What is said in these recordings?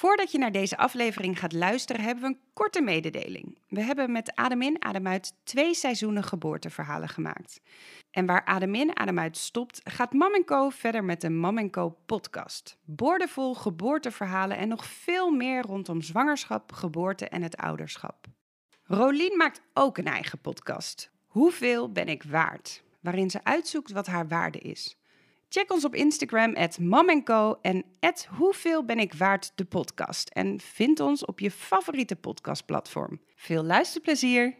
Voordat je naar deze aflevering gaat luisteren, hebben we een korte mededeling. We hebben met Adem in, Adem uit 2 seizoenen geboorteverhalen gemaakt. En waar Adem in, Adem uit stopt, gaat Mam & Co verder met de Mam & Co podcast. Boordevol geboorteverhalen en nog veel meer rondom zwangerschap, geboorte en het ouderschap. Rolien maakt ook een eigen podcast. Hoeveel ben ik waard? Waarin ze uitzoekt wat haar waarde is. Check ons op Instagram @mamandco en @hoeveelbenikwaard de podcast. En vind ons op je favoriete podcastplatform. Veel luisterplezier!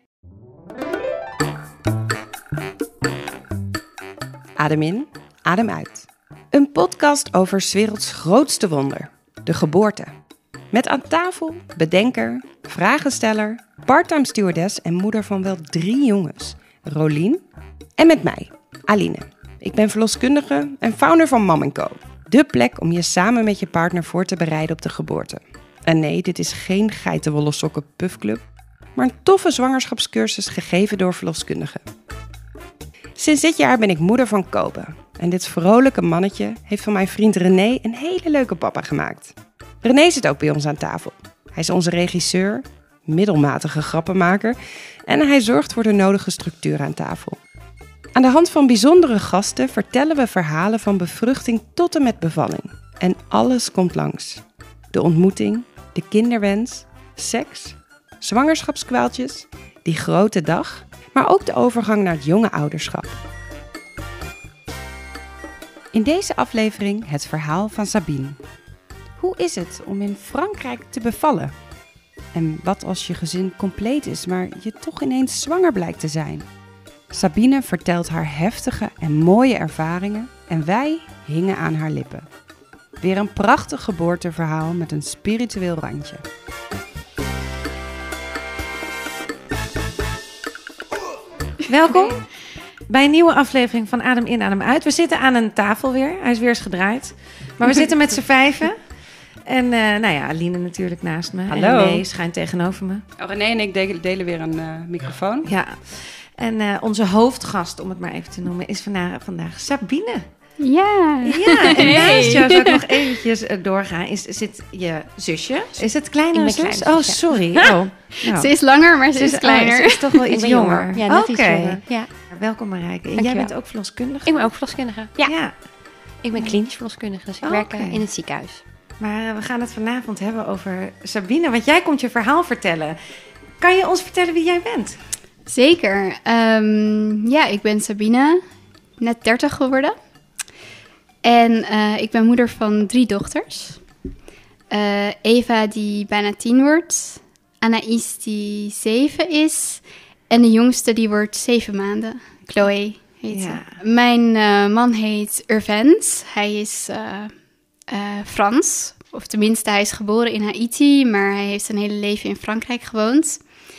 Adem in, adem uit. Een podcast over 's werelds grootste wonder, de geboorte. Met aan tafel bedenker, vragensteller, parttime stewardess en moeder van wel 3 jongens, Rolien. En met mij, Aline. Ik ben verloskundige en founder van Mam & Co. De plek om je samen met je partner voor te bereiden op de geboorte. En nee, dit is geen geitenwolle sokken puffclub, maar een toffe zwangerschapscursus gegeven door verloskundigen. Sinds dit jaar ben ik moeder van Kobe. En dit vrolijke mannetje heeft van mijn vriend René een hele leuke papa gemaakt. René zit ook bij ons aan tafel. Hij is onze regisseur, middelmatige grappenmaker en hij zorgt voor de nodige structuur aan tafel. Aan de hand van bijzondere gasten vertellen we verhalen van bevruchting tot en met bevalling. En alles komt langs. De ontmoeting, de kinderwens, seks, zwangerschapskwaaltjes, die grote dag, maar ook de overgang naar het jonge ouderschap. In deze aflevering het verhaal van Sabine. Hoe is het om in Frankrijk te bevallen? En wat als je gezin compleet is, maar je toch ineens zwanger blijkt te zijn? Sabine vertelt haar heftige en mooie ervaringen en wij hingen aan haar lippen. Weer een prachtig geboorteverhaal met een spiritueel randje. Welkom bij een nieuwe aflevering van Adem in, Adem uit. We zitten aan een tafel weer. Hij is weer eens gedraaid. Maar we zitten met z'n 5. En Aline natuurlijk naast me. Hallo. En René schijnt tegenover me. Oh, René en ik delen weer een microfoon. Ja. En onze hoofdgast, om het maar even te noemen, is vandaag Sabine. Ja. Ja, en naast jou zou ik nog eventjes doorgaan. Zit je zusje? Is het kleinere zus? kleine Oh, zusje. sorry. Oh, nou. Ze is langer, maar ze is kleiner. Ze is toch wel iets jonger. Ja, net iets Oké. jonger. Ja. Welkom Marijke. En jij Dankjewel. bent ook verloskundige? Ik ben ook verloskundige. Ja. Ik ben Ja. klinisch verloskundige, dus ik Oh, werk oké. in het ziekenhuis. Maar we gaan het vanavond hebben over Sabine, want jij komt je verhaal vertellen. Kan je ons vertellen wie jij bent? Zeker. Ik ben Sabine, net 30 geworden. En ik ben moeder van 3 dochters. Eva, die bijna 10 wordt. Anaïs, die 7 is. En de jongste, die wordt 7 maanden. Chloe heet ze. Mijn man heet Urvens. Hij is Frans. Of tenminste, hij is geboren in Haiti, maar hij heeft zijn hele leven in Frankrijk gewoond.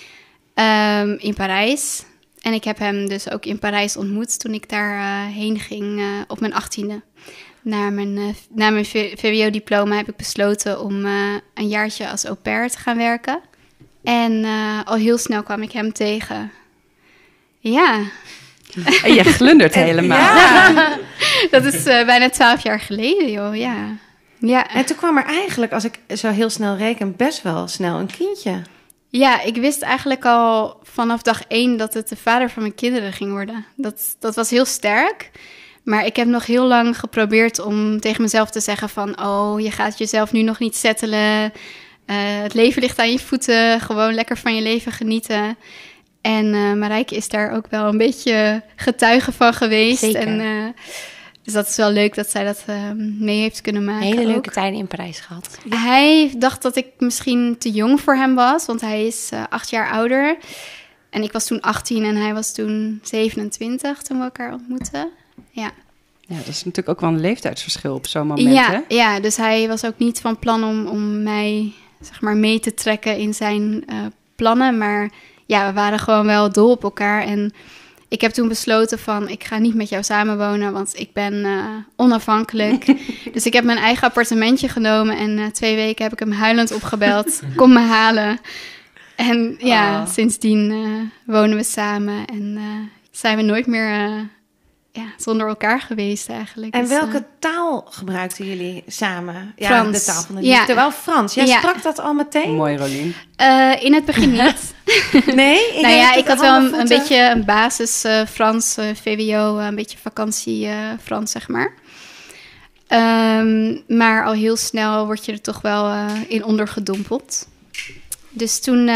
In Parijs. En ik heb hem dus ook in Parijs ontmoet toen ik daar heen ging op mijn 18e. Na mijn VWO-diploma heb ik besloten om een jaartje als au pair te gaan werken. En al heel snel kwam ik hem tegen. Ja. En je glundert helemaal. Ja. Dat is bijna 12 jaar geleden, joh. Ja. Ja. En toen kwam er eigenlijk, als ik zo heel snel reken, best wel snel een kindje. Ja, ik wist eigenlijk al vanaf dag 1 dat het de vader van mijn kinderen ging worden. Dat was heel sterk. Maar ik heb nog heel lang geprobeerd om tegen mezelf te zeggen van... oh, je gaat jezelf nu nog niet settelen. Het leven ligt aan je voeten. Gewoon lekker van je leven genieten. En Marijke is daar ook wel een beetje getuige van geweest. Zeker. En, dus dat is wel leuk dat zij dat mee heeft kunnen maken. Hele leuke ook. tijden in Parijs gehad. Hij dacht dat ik misschien te jong voor hem was, want hij is 8 jaar ouder. En ik was toen 18 en hij was toen 27 toen we elkaar ontmoetten. Ja. Ja, dat is natuurlijk ook wel een leeftijdsverschil op zo'n moment, hè? Ja, dus hij was ook niet van plan om mij zeg maar mee te trekken in zijn plannen. Maar ja, we waren gewoon wel dol op elkaar. En ik heb toen besloten van, ik ga niet met jou samenwonen, want ik ben onafhankelijk. Dus ik heb mijn eigen appartementje genomen en 2 weken heb ik hem huilend opgebeld. Kom me halen. En ja, sindsdien wonen we samen en zijn we nooit meer zonder elkaar geweest eigenlijk. En Dus, welke taal gebruikten jullie samen? Ja, Frans. de taal van de liefde. Ja. Wel Frans. Jij Ja. sprak dat al meteen? Mooi, Rolien. in het begin niet. Nee? Ik had wel een beetje een basis Frans, VWO, een beetje vakantie Frans, zeg maar. Maar al heel snel word je er toch wel in ondergedompeld. Dus toen,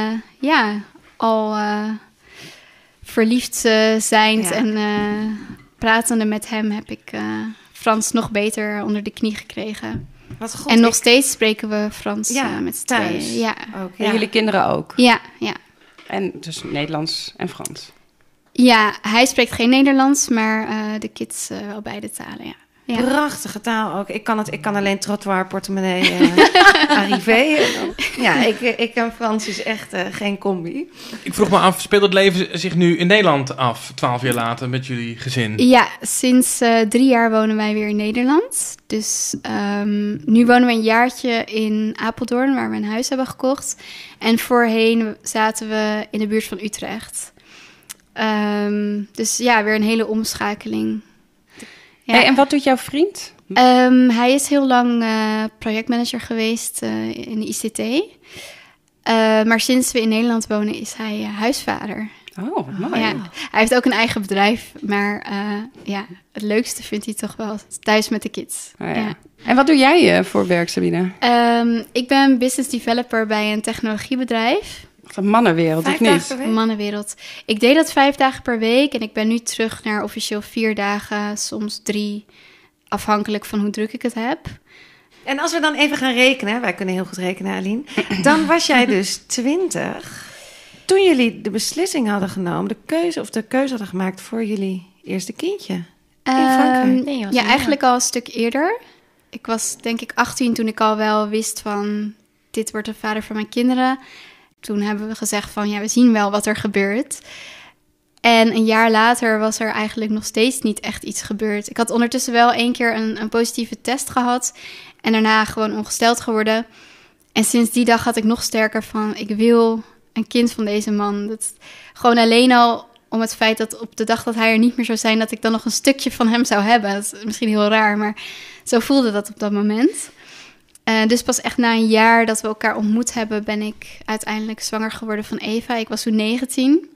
al verliefd zijnd en pratende met hem heb ik Frans nog beter onder de knie gekregen. Wat goed. En nog steeds spreken we Frans Ja, met z'n thuis. tweeën. Ja. Ook, En jullie kinderen ook. Ja. En dus Nederlands en Frans. Ja, hij spreekt geen Nederlands, maar de kids wel beide talen, ja. Ja. Prachtige taal ook. Ik kan alleen trottoir, portemonnee, arrivé. Ja, ik en Frans is echt geen combi. Ik vroeg me af, speelt het leven zich nu in Nederland af, 12 jaar later, met jullie gezin? Ja, sinds 3 jaar wonen wij weer in Nederland. Dus nu wonen we een jaartje in Apeldoorn, waar we een huis hebben gekocht. En voorheen zaten we in de buurt van Utrecht. Dus ja, weer een hele omschakeling. Ja. Hey, en wat doet jouw vriend? Hij is heel lang projectmanager geweest in de ICT. Maar sinds we in Nederland wonen is hij huisvader. Oh, wat mooi. Ja, hij heeft ook een eigen bedrijf, maar het leukste vindt hij toch wel thuis met de kids. Oh, ja. Ja. En wat doe jij voor werk, Sabine? Ik ben business developer bij een technologiebedrijf. Wat een mannenwereld, 5 of niet? dagen per week? Mannenwereld. Ik deed dat 5 dagen per week en ik ben nu terug naar officieel 4 dagen, soms 3, afhankelijk van hoe druk ik het heb. En als we dan even gaan rekenen, wij kunnen heel goed rekenen, Aline. Dan was jij dus 20 toen jullie de beslissing hadden genomen, de keuze hadden gemaakt voor jullie eerste kindje in Frankrijk. Nee, ja, eigenlijk al een stuk eerder. Ik was denk ik 18 toen ik al wel wist van, dit wordt de vader van mijn kinderen. Toen hebben we gezegd van, ja, we zien wel wat er gebeurt. En een jaar later was er eigenlijk nog steeds niet echt iets gebeurd. Ik had ondertussen wel 1 keer een positieve test gehad. En daarna gewoon ongesteld geworden. En sinds die dag had ik nog sterker van, ik wil een kind van deze man. Dat, gewoon alleen al om het feit dat op de dag dat hij er niet meer zou zijn, dat ik dan nog een stukje van hem zou hebben. Dat is misschien heel raar, maar zo voelde dat op dat moment. Dus pas echt na een jaar dat we elkaar ontmoet hebben, ben ik uiteindelijk zwanger geworden van Eva. Ik was toen 19.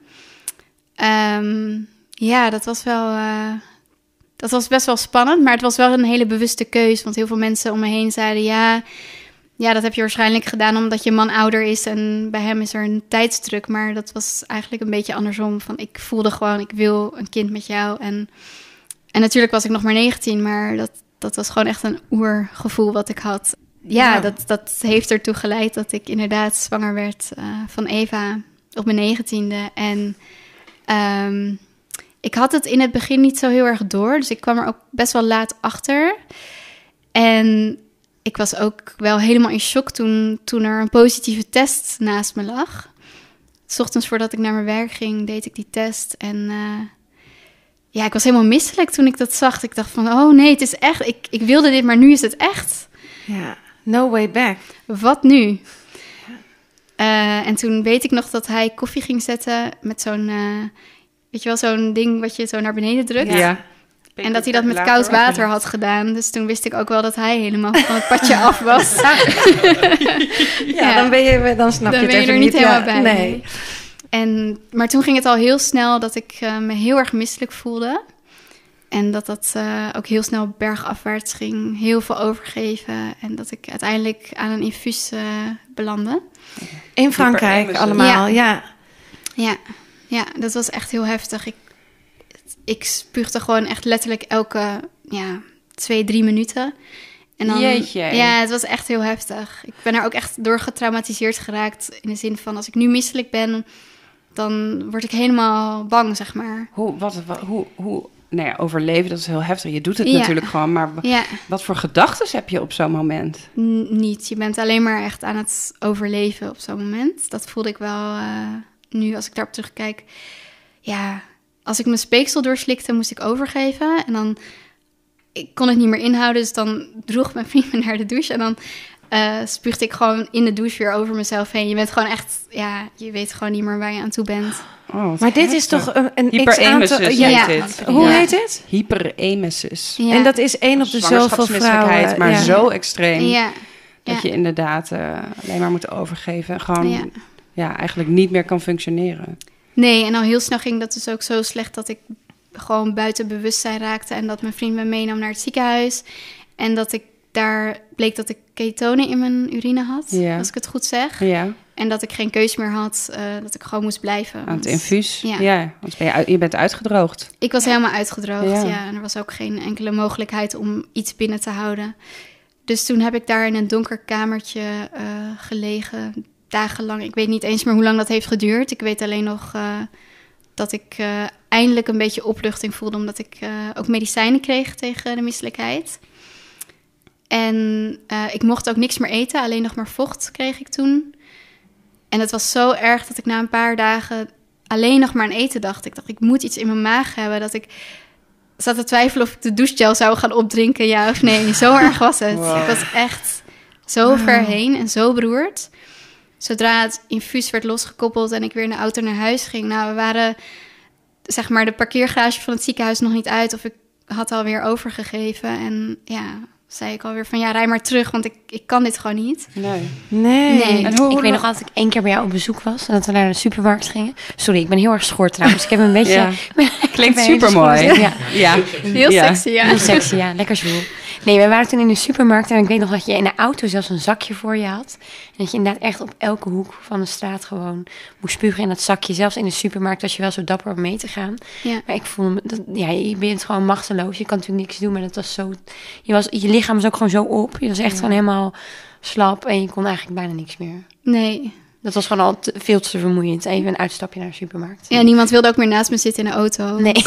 Dat was wel... dat was best wel spannend, maar het was wel een hele bewuste keus. Want heel veel mensen om me heen zeiden, ja, dat heb je waarschijnlijk gedaan omdat je man ouder is. En bij hem is er een tijdsdruk. Maar dat was eigenlijk een beetje andersom. Van, ik voelde gewoon, ik wil een kind met jou. En natuurlijk was ik nog maar 19, maar dat was gewoon echt een oergevoel wat ik had. Ja, dat heeft ertoe geleid dat ik inderdaad zwanger werd van Eva op mijn 19e. En ik had het in het begin niet zo heel erg door. Dus ik kwam er ook best wel laat achter. En ik was ook wel helemaal in shock toen er een positieve test naast me lag. 's Ochtends voordat ik naar mijn werk ging, deed ik die test. En ik was helemaal misselijk toen ik dat zag. Ik dacht van, oh nee, het is echt. Ik wilde dit, maar nu is het echt. Ja, no way back. Wat nu? En toen weet ik nog dat hij koffie ging zetten met zo'n, weet je wel, zo'n ding wat je zo naar beneden drukt. Ja. En dat hij dat met koud water had gedaan. Dus toen wist ik ook wel dat hij helemaal van het padje af was. Dan snap Dan je het ben je even er niet helemaal ja, bij. Nee. Maar toen ging het al heel snel dat ik me heel erg misselijk voelde. En dat ook heel snel bergafwaarts ging. Heel veel overgeven. En dat ik uiteindelijk aan een infuus belandde. In Frankrijk allemaal, ja. Ja, dat was echt heel heftig. Ik spuugde gewoon echt letterlijk elke 2-3 minuten. En dan, Jeetje. Ja, het was echt heel heftig. Ik ben er ook echt door getraumatiseerd geraakt. In de zin van, als ik nu misselijk ben, dan word ik helemaal bang, zeg maar. Hoe overleven, dat is heel heftig. Je doet het Ja. natuurlijk gewoon, maar Ja, wat voor gedachten heb je op zo'n moment? niet. Je bent alleen maar echt aan het overleven op zo'n moment. Dat voelde ik wel nu, als ik daarop terugkijk. Ja, als ik mijn speeksel doorslikte, moest ik overgeven. En dan, ik kon het niet meer inhouden, dus dan droeg mijn vriend me naar de douche. En dan spuugde ik gewoon in de douche weer over mezelf heen. Je bent gewoon echt, je weet gewoon niet meer waar je aan toe bent. Maar dit is toch een hyperemesis heet dit. Hoe heet het? Hyperemesis. Ja. En dat is 1 op de zoveel vrouwen. Maar zo extreem Ja. dat je inderdaad alleen maar moet overgeven. En gewoon eigenlijk niet meer kan functioneren. Nee, en al heel snel ging dat dus ook zo slecht dat ik gewoon buiten bewustzijn raakte. En dat mijn vriend me meenam naar het ziekenhuis. En dat ik daar bleek dat ik ketonen in mijn urine had, als ik het goed zeg. Ja. En dat ik geen keus meer had, dat ik gewoon moest blijven. Aan het infuus. Ja, want je bent uitgedroogd. Ik was helemaal uitgedroogd, en er was ook geen enkele mogelijkheid om iets binnen te houden. Dus toen heb ik daar in een donker kamertje gelegen, dagenlang. Ik weet niet eens meer hoe lang dat heeft geduurd. Ik weet alleen nog dat ik eindelijk een beetje opluchting voelde, omdat ik ook medicijnen kreeg tegen de misselijkheid. En ik mocht ook niks meer eten, alleen nog maar vocht kreeg ik toen. En het was zo erg dat ik na een paar dagen alleen nog maar aan eten dacht. Ik dacht, ik moet iets in mijn maag hebben. Dat ik zat te twijfelen of ik de douchegel zou gaan opdrinken, ja of nee. Zo erg was het. Wow. Ik was echt zo ver heen en zo beroerd. Zodra het infuus werd losgekoppeld en ik weer in de auto naar huis ging. Nou, we waren, zeg maar, de parkeergarage van het ziekenhuis nog niet uit. Of ik had alweer overgegeven. En zei ik alweer van rij maar terug, want ik kan dit gewoon niet. Nee. En Ik weet nog altijd ik 1 keer bij jou op bezoek was en dat we naar de supermarkt gingen. Sorry, ik ben heel erg schor trouwens. Ik heb een beetje... Klinkt supermooi. Ja. Heel sexy, Heel sexy, ja. Lekker zwoel. Nee, we waren toen in de supermarkt en ik weet nog dat je in de auto zelfs een zakje voor je had. En dat je inderdaad echt op elke hoek van de straat gewoon moest spugen in dat zakje. Zelfs in de supermarkt was je wel zo dapper om mee te gaan. Ja. Maar ik voelde me, je bent gewoon machteloos. Je kan natuurlijk niks doen, maar dat was zo... Je lichaam was ook gewoon zo op. Je was echt gewoon helemaal slap en je kon eigenlijk bijna niks meer. Nee. Dat was gewoon al veel te vermoeiend. Even een uitstapje naar de supermarkt. Ja, niemand wilde ook meer naast me zitten in de auto. Nee.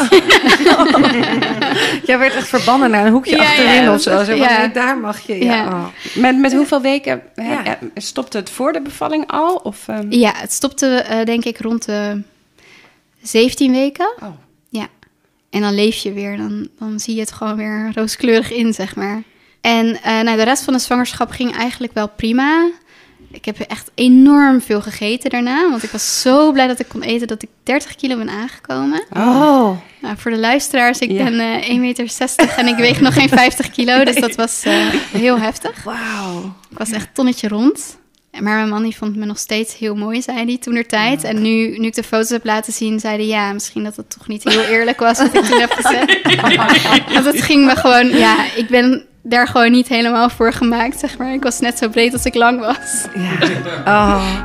Jij werd echt verbannen naar een hoekje achterin of zo. Daar mag je. Ja. Met hoeveel weken stopte het voor de bevalling al? Of, Ja, het stopte denk ik rond de 17 weken. Oh. Ja. En dan leef je weer. Dan zie je het gewoon weer rooskleurig in, zeg maar. En de rest van de zwangerschap ging eigenlijk wel prima. Ik heb echt enorm veel gegeten daarna. Want ik was zo blij dat ik kon eten dat ik 30 kilo ben aangekomen. Oh. Nou, voor de luisteraars, ik ben 1,60 meter en ik weeg nog geen 50 kilo. Dus dat was heel heftig. Wauw. Ik was echt tonnetje rond. Maar mijn man die vond me nog steeds heel mooi, zei hij toentertijd. En nu ik de foto's heb laten zien, zei hij... misschien dat het toch niet heel eerlijk was wat ik toen heb gezegd. Want het ging me gewoon... ik ben daar gewoon niet helemaal voor gemaakt, zeg maar. Ik was net zo breed als ik lang was. Ja. Oh.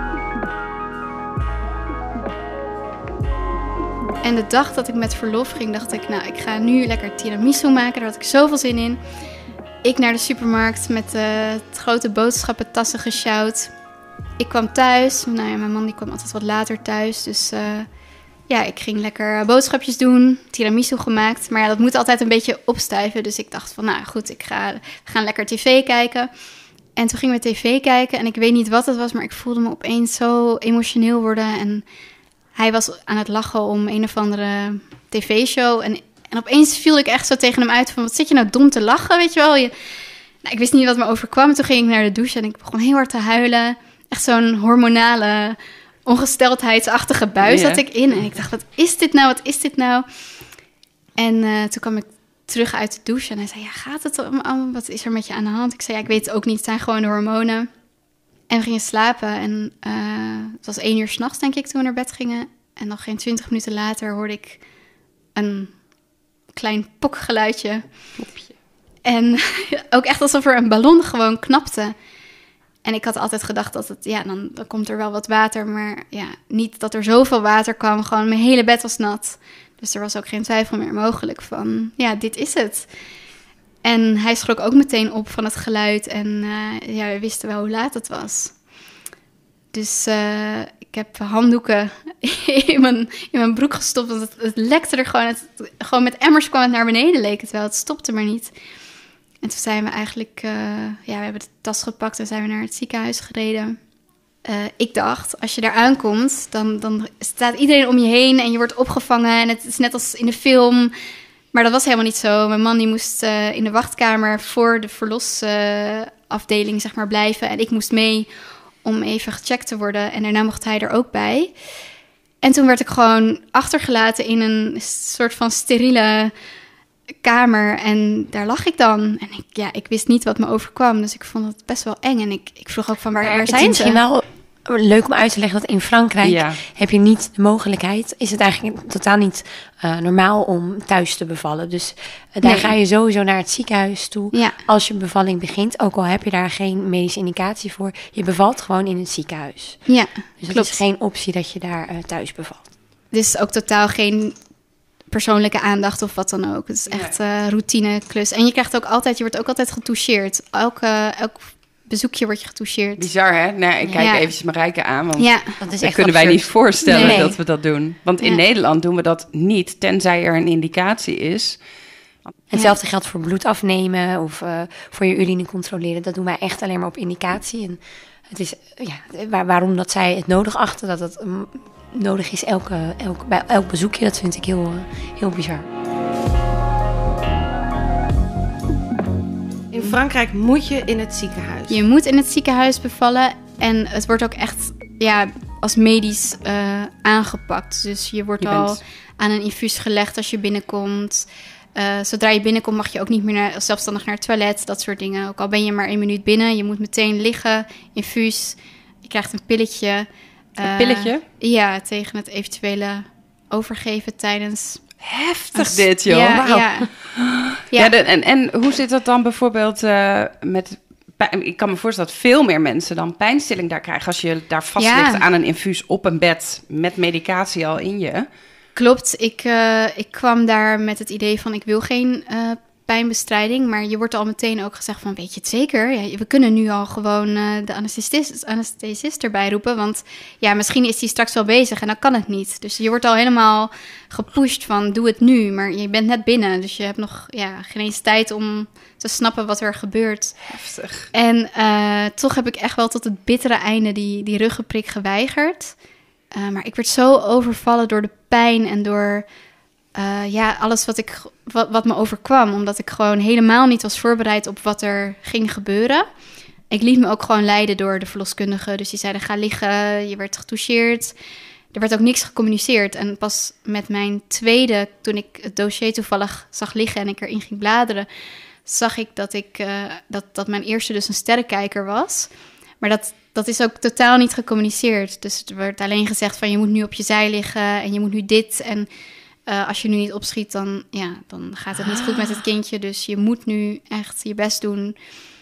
En de dag dat ik met verlof ging, dacht ik... ik ga nu lekker tiramisu maken. Daar had ik zoveel zin in. Ik naar de supermarkt met het grote boodschappentassen gesjouwd. Ik kwam thuis. Mijn man die kwam altijd wat later thuis. Dus ik ging lekker boodschapjes doen. Tiramisu gemaakt. Maar dat moet altijd een beetje opstuiven. Dus ik dacht van, goed, we gaan lekker tv kijken. En toen gingen we tv kijken. En ik weet niet wat het was, maar ik voelde me opeens zo emotioneel worden. En hij was aan het lachen om een of andere tv-show. En opeens viel ik echt zo tegen hem uit van... wat zit je nou dom te lachen, weet je wel? Ik wist niet wat me overkwam. Toen ging ik naar de douche en ik begon heel hard te huilen. Echt zo'n hormonale, ongesteldheidsachtige buis zat ik in. En ik dacht, wat is dit nou? En toen kwam ik terug uit de douche en hij zei... gaat het allemaal? Wat is er met je aan de hand? Ik zei, ik weet het ook niet. Het zijn gewoon de hormonen. En we gingen slapen. En het was 1 uur 's nachts, denk ik, toen we naar bed gingen. En nog geen 20 minuten later hoorde ik een klein pokgeluidje. En ook echt alsof er een ballon gewoon knapte. En ik had altijd gedacht dat het, dan komt er wel wat water. Maar niet dat er zoveel water kwam. Gewoon mijn hele bed was nat. Dus er was ook geen twijfel meer mogelijk van, dit is het. En hij schrok ook meteen op van het geluid. En we wisten wel hoe laat het was. Dus ik heb handdoeken in mijn broek gestopt. Want het lekte er gewoon. Gewoon met emmers kwam het naar beneden, leek het wel. Het stopte maar niet. En toen zijn we eigenlijk... we hebben de tas gepakt en zijn we naar het ziekenhuis gereden. Ik dacht, als je daar aankomt, dan staat iedereen om je heen en je wordt opgevangen. En het is net als in de film. Maar dat was helemaal niet zo. Mijn man die moest in de wachtkamer voor de afdeling zeg maar blijven. En ik moest mee om even gecheckt te worden. En daarna mocht hij er ook bij. En toen werd ik gewoon achtergelaten in een soort van steriele kamer. En daar lag ik dan. En ik wist niet wat me overkwam. Dus ik vond het best wel eng. En ik vroeg ook van waar zijn ze? Het is misschien wel leuk om uit te leggen dat in Frankrijk heb je niet de mogelijkheid. Is het eigenlijk totaal niet normaal om thuis te bevallen. Dus daar ga je sowieso naar het ziekenhuis toe als je bevalling begint. Ook al heb je daar geen medische indicatie voor. Je bevalt gewoon in het ziekenhuis. Ja, dus het is geen optie dat je daar thuis bevalt. Dus ook totaal geen persoonlijke aandacht of wat dan ook. Het is echt routineklus. En je wordt ook altijd getoucheerd. Elk bezoekje word je getoucheerd. Bizar, hè? Nou, ik kijk eventjes Marijke aan, want dat is echt kunnen wij niet voorstellen dat we dat doen. Want in Nederland doen we dat niet, tenzij er een indicatie is. Hetzelfde geldt voor bloed afnemen of voor je urine controleren. Dat doen wij echt alleen maar op indicatie. En het is waarom dat zij het nodig achten, dat het nodig is bij elk bezoekje, dat vind ik heel, heel bizar. In Frankrijk moet je in het ziekenhuis. Je moet in het ziekenhuis bevallen. En het wordt ook echt als medisch aangepakt. Dus je wordt al aan een infuus gelegd als je binnenkomt. Zodra je binnenkomt mag je ook niet meer zelfstandig naar het toilet. Dat soort dingen. Ook al ben je maar 1 minuut binnen. Je moet meteen liggen, infuus. Je krijgt een pilletje. Een pilletje? Ja, tegen het eventuele overgeven tijdens... Heftig dit, joh. En hoe zit dat dan bijvoorbeeld met... Ik kan me voorstellen dat veel meer mensen dan pijnstilling daar krijgen... als je daar vast ligt aan een infuus op een bed met medicatie al in je. Klopt. Ik kwam daar met het idee van ik wil geen pijnbestrijding... maar je wordt al meteen ook gezegd van weet je het zeker? Ja, we kunnen nu al gewoon de anesthesist erbij roepen... want misschien is die straks wel bezig en dan kan het niet. Dus je wordt al helemaal gepusht van doe het nu, maar je bent net binnen... dus je hebt nog geen eens tijd om te snappen wat er gebeurt. Heftig. En toch heb ik echt wel tot het bittere einde die ruggenprik geweigerd... maar ik werd zo overvallen door de pijn en door alles wat me overkwam. Omdat ik gewoon helemaal niet was voorbereid op wat er ging gebeuren. Ik liet me ook gewoon leiden door de verloskundige. Dus die zeiden, ga liggen, je werd getoucheerd. Er werd ook niks gecommuniceerd. En pas met mijn tweede, toen ik het dossier toevallig zag liggen... en ik erin ging bladeren, zag ik dat mijn eerste dus een sterrenkijker was. Maar dat is ook totaal niet gecommuniceerd. Dus er werd alleen gezegd van je moet nu op je zij liggen en je moet nu dit. En als je nu niet opschiet, dan gaat het niet goed met het kindje. Dus je moet nu echt je best doen.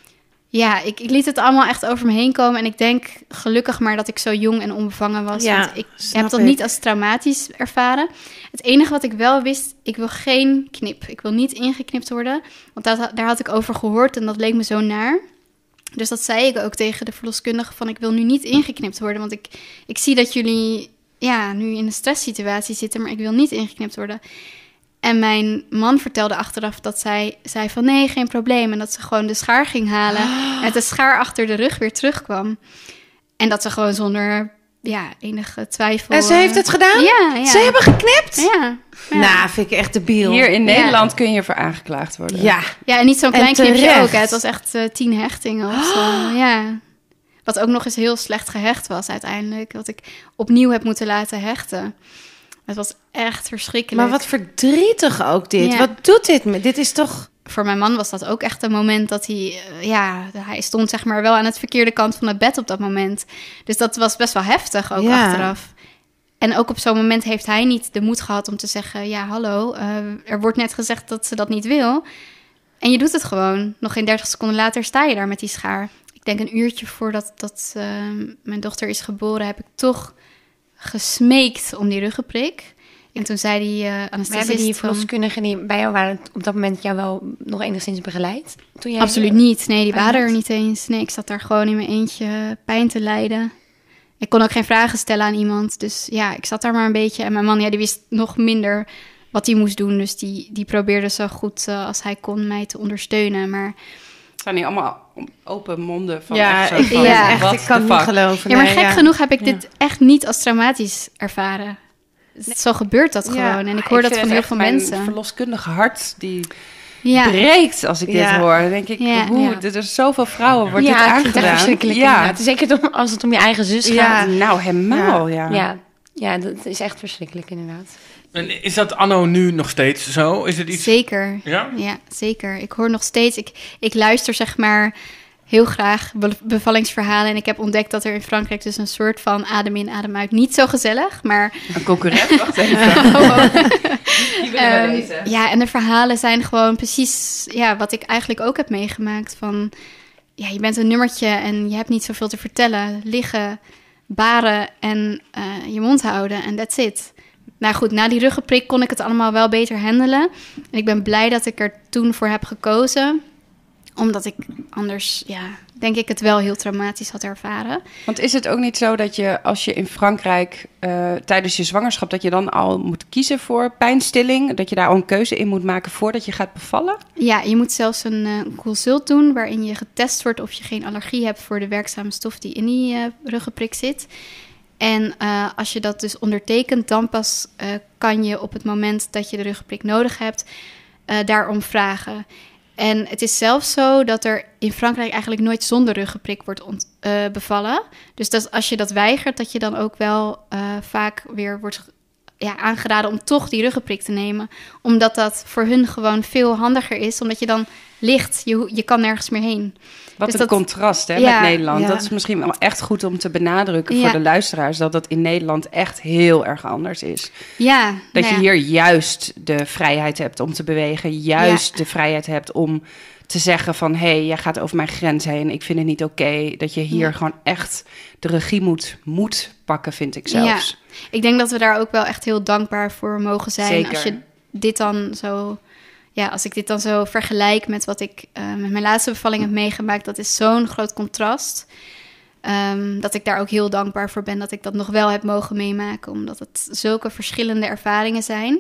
Ja, ik liet het allemaal echt over me heen komen. En ik denk gelukkig maar dat ik zo jong en onbevangen was. Ja, want ik heb dat niet als traumatisch ervaren. Het enige wat ik wel wist, ik wil geen knip. Ik wil niet ingeknipt worden. Want daar had ik over gehoord en dat leek me zo naar. Dus dat zei ik ook tegen de verloskundige van ik wil nu niet ingeknipt worden. Want ik zie dat jullie nu in een stresssituatie zitten, maar ik wil niet ingeknipt worden. En mijn man vertelde achteraf dat zij zei van nee, geen probleem. En dat ze gewoon de schaar ging halen en met de schaar achter de rug weer terugkwam. En dat ze gewoon zonder enige twijfel... En ze heeft het gedaan? Ja. Ze hebben geknipt? Ja. Nou, vind ik echt debiel. Hier in Nederland kun je voor aangeklaagd worden. Ja. Ja, en niet zo'n klein En knipje terecht. ook. Hè. Het was echt 10 hechtingen of zo. Ja. Wat ook nog eens heel slecht gehecht was uiteindelijk. Wat ik opnieuw heb moeten laten hechten. Het was echt verschrikkelijk. Maar wat verdrietig ook dit. Ja. Wat doet dit me? Dit is toch... Voor mijn man was dat ook echt een moment dat hij... hij stond zeg maar wel aan het verkeerde kant van het bed op dat moment. Dus dat was best wel heftig ook achteraf. En ook op zo'n moment heeft hij niet de moed gehad om te zeggen... ja, hallo, er wordt net gezegd dat ze dat niet wil. En je doet het gewoon. Nog geen 30 seconden later sta je daar met die schaar. Ik denk een uurtje voordat mijn dochter is geboren... heb ik toch gesmeekt om die ruggenprik. En toen zei die anesthesist... We hebben die verloskundigen die bij jou waren... op dat moment jou wel nog enigszins begeleid? Toen jij Absoluut niet. Nee, die waren er niet eens. Nee, ik zat daar gewoon in mijn eentje pijn te lijden. Ik kon ook geen vragen stellen aan iemand. Dus ik zat daar maar een beetje. En mijn man, die wist nog minder wat hij moest doen. Dus die probeerde zo goed als hij kon mij te ondersteunen. Maar... Het zijn niet allemaal open monden van Ja, echt zo van, echt, what ik kan the niet fuck? geloven. Ja, maar Nee, gek genoeg heb ik dit echt niet als traumatisch ervaren. Zo gebeurt dat gewoon. En ik hoor dat van heel veel mensen. Mijn verloskundige hart, die breekt als ik dit hoor. Dan denk ik, er zoveel vrouwen wordt dit aangedaan. Ik vind het verschrikkelijk inderdaad. Zeker als het om je eigen zus gaat. Nou, helemaal, Ja, dat is echt verschrikkelijk inderdaad. En is dat anno nu nog steeds zo? Is het iets... Zeker. Ja? Ja, zeker. Ik hoor nog steeds... Ik luister zeg maar heel graag bevallingsverhalen. En ik heb ontdekt dat er in Frankrijk dus een soort van adem in, adem uit. Niet zo gezellig, maar... Een concurrent, wacht even. Die willen we lezen. Ja, en de verhalen zijn gewoon precies wat ik eigenlijk ook heb meegemaakt. Van, je bent een nummertje en je hebt niet zoveel te vertellen. Liggen, baren en je mond houden en that's it. Nou goed, na die ruggenprik kon ik het allemaal wel beter handelen. En ik ben blij dat ik er toen voor heb gekozen. Omdat ik anders, denk ik het wel heel traumatisch had ervaren. Want is het ook niet zo dat je, als je in Frankrijk tijdens je zwangerschap... dat je dan al moet kiezen voor pijnstilling? Dat je daar al een keuze in moet maken voordat je gaat bevallen? Ja, je moet zelfs een consult doen... waarin je getest wordt of je geen allergie hebt... voor de werkzame stof die in die ruggenprik zit... En als je dat dus ondertekent, dan pas kan je op het moment dat je de ruggenprik nodig hebt, daarom vragen. En het is zelfs zo dat er in Frankrijk eigenlijk nooit zonder ruggenprik wordt bevallen. Dus dat als je dat weigert, dat je dan ook wel vaak weer wordt aangeraden om toch die ruggenprik te nemen. Omdat dat voor hun gewoon veel handiger is, omdat je dan ligt. Je kan nergens meer heen. Wat dus een contrast met Nederland. Ja. Dat is misschien wel echt goed om te benadrukken voor de luisteraars... dat in Nederland echt heel erg anders is. Ja. Dat je hier juist de vrijheid hebt om te bewegen. Juist de vrijheid hebt om te zeggen van... hé, jij gaat over mijn grens heen. Ik vind het niet oké. Dat je hier gewoon echt de regie moet pakken, vind ik zelfs. Ja. Ik denk dat we daar ook wel echt heel dankbaar voor mogen zijn. Zeker. Als je dit dan zo... Ja, als ik dit dan zo vergelijk met wat ik met mijn laatste bevalling heb meegemaakt... dat is zo'n groot contrast. Dat ik daar ook heel dankbaar voor ben dat ik dat nog wel heb mogen meemaken. Omdat het zulke verschillende ervaringen zijn.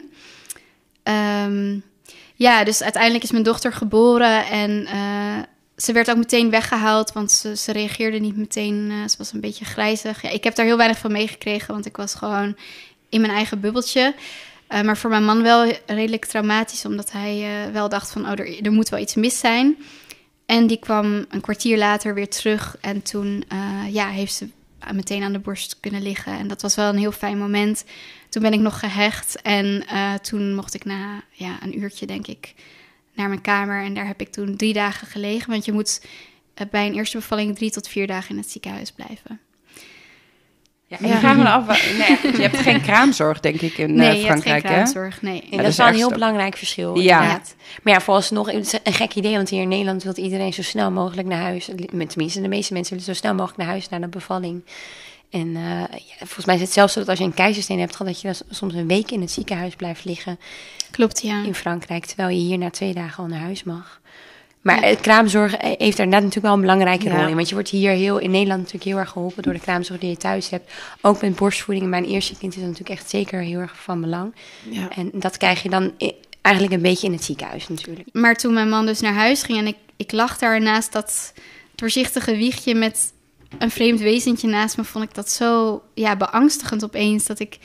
Dus uiteindelijk is mijn dochter geboren en ze werd ook meteen weggehaald... want ze reageerde niet meteen, ze was een beetje grijzig. Ja, ik heb daar heel weinig van meegekregen, want ik was gewoon in mijn eigen bubbeltje... maar voor mijn man wel redelijk traumatisch, omdat hij wel dacht van... er moet wel iets mis zijn. En die kwam een kwartier later weer terug. En toen heeft ze meteen aan de borst kunnen liggen. En dat was wel een heel fijn moment. Toen ben ik nog gehecht. En toen mocht ik na een uurtje, denk ik, naar mijn kamer. En daar heb ik toen 3 dagen gelegen. Want je moet bij een eerste bevalling 3 tot 4 dagen in het ziekenhuis blijven. Ja, en ik vraag me af, je hebt geen kraamzorg, denk ik, in Frankrijk, je hebt geen kraamzorg, nee. En dat is wel een heel belangrijk verschil. Ja. Maar ja, vooralsnog, het is een gek idee, want hier in Nederland wil iedereen zo snel mogelijk naar huis. Tenminste, de meeste mensen willen zo snel mogelijk naar huis, naar de bevalling. En volgens mij is het zelfs zo dat als je een keizersnee hebt gehad, dat je soms een week in het ziekenhuis blijft liggen. Klopt, ja. In Frankrijk, terwijl je hier na 2 dagen al naar huis mag. Maar kraamzorg heeft daar natuurlijk wel een belangrijke rol in. Want je wordt hier in Nederland natuurlijk heel erg geholpen door de kraamzorg die je thuis hebt. Ook met borstvoeding. Mijn eerste kind is dat natuurlijk echt zeker heel erg van belang. Ja. En dat krijg je dan eigenlijk een beetje in het ziekenhuis natuurlijk. Maar toen mijn man dus naar huis ging en ik lag daar naast dat doorzichtige wiegje met een vreemd wezentje naast me, vond ik dat zo beangstigend opeens dat ik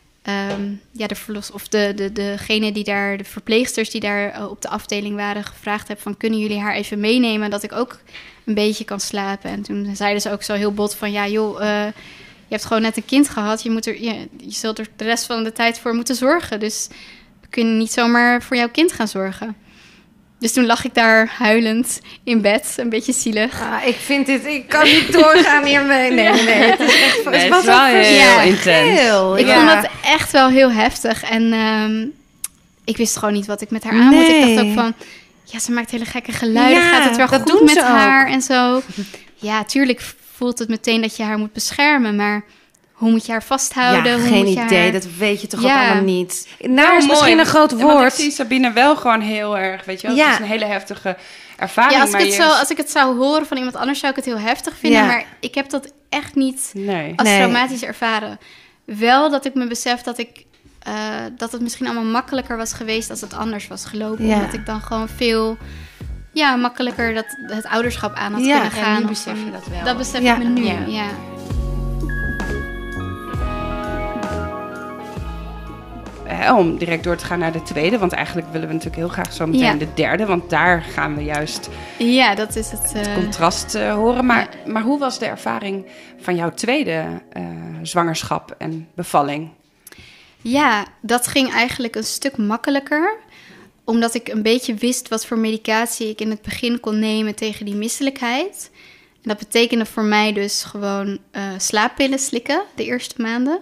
degene die daar, de verpleegsters die daar op de afdeling waren, gevraagd heb van kunnen jullie haar even meenemen, dat ik ook een beetje kan slapen. En toen zeiden ze ook zo heel bot van je hebt gewoon net een kind gehad, je zult er de rest van de tijd voor moeten zorgen. Dus we kunnen niet zomaar voor jouw kind gaan zorgen. Dus toen lag ik daar huilend in bed, een beetje zielig. Ik kan niet doorgaan hiermee. Nee. Het is echt het was wel heel intens. Ik vond het echt wel heel heftig. En ik wist gewoon niet wat ik met haar aan moet. Ik dacht ook van, ze maakt hele gekke geluiden. Gaat het wel goed met haar en zo? Ja, tuurlijk voelt het meteen dat je haar moet beschermen, maar hoe moet je haar vasthouden? Ja, geen idee. Dat weet je toch ook allemaal niet. Nou, is misschien een groot woord. Want ik zie Sabine wel gewoon heel erg, weet je wel. Het is een hele heftige ervaring. Ja, als ik het zou horen van iemand anders, zou ik het heel heftig vinden. Ja. Maar ik heb dat echt niet als traumatisch ervaren. Wel dat ik me besef dat het misschien allemaal makkelijker was geweest als het anders was gelopen. Ja. Omdat ik dan gewoon veel makkelijker het ouderschap aan had kunnen gaan. Ja, nu besef je dat wel. Dat besef ik me nu, om direct door te gaan naar de tweede. Want eigenlijk willen we natuurlijk heel graag zo meteen de derde. Want daar gaan we juist dat is het contrast horen. Maar hoe was de ervaring van jouw tweede zwangerschap en bevalling? Ja, dat ging eigenlijk een stuk makkelijker. Omdat ik een beetje wist wat voor medicatie ik in het begin kon nemen tegen die misselijkheid. En dat betekende voor mij dus gewoon slaappillen slikken de eerste maanden.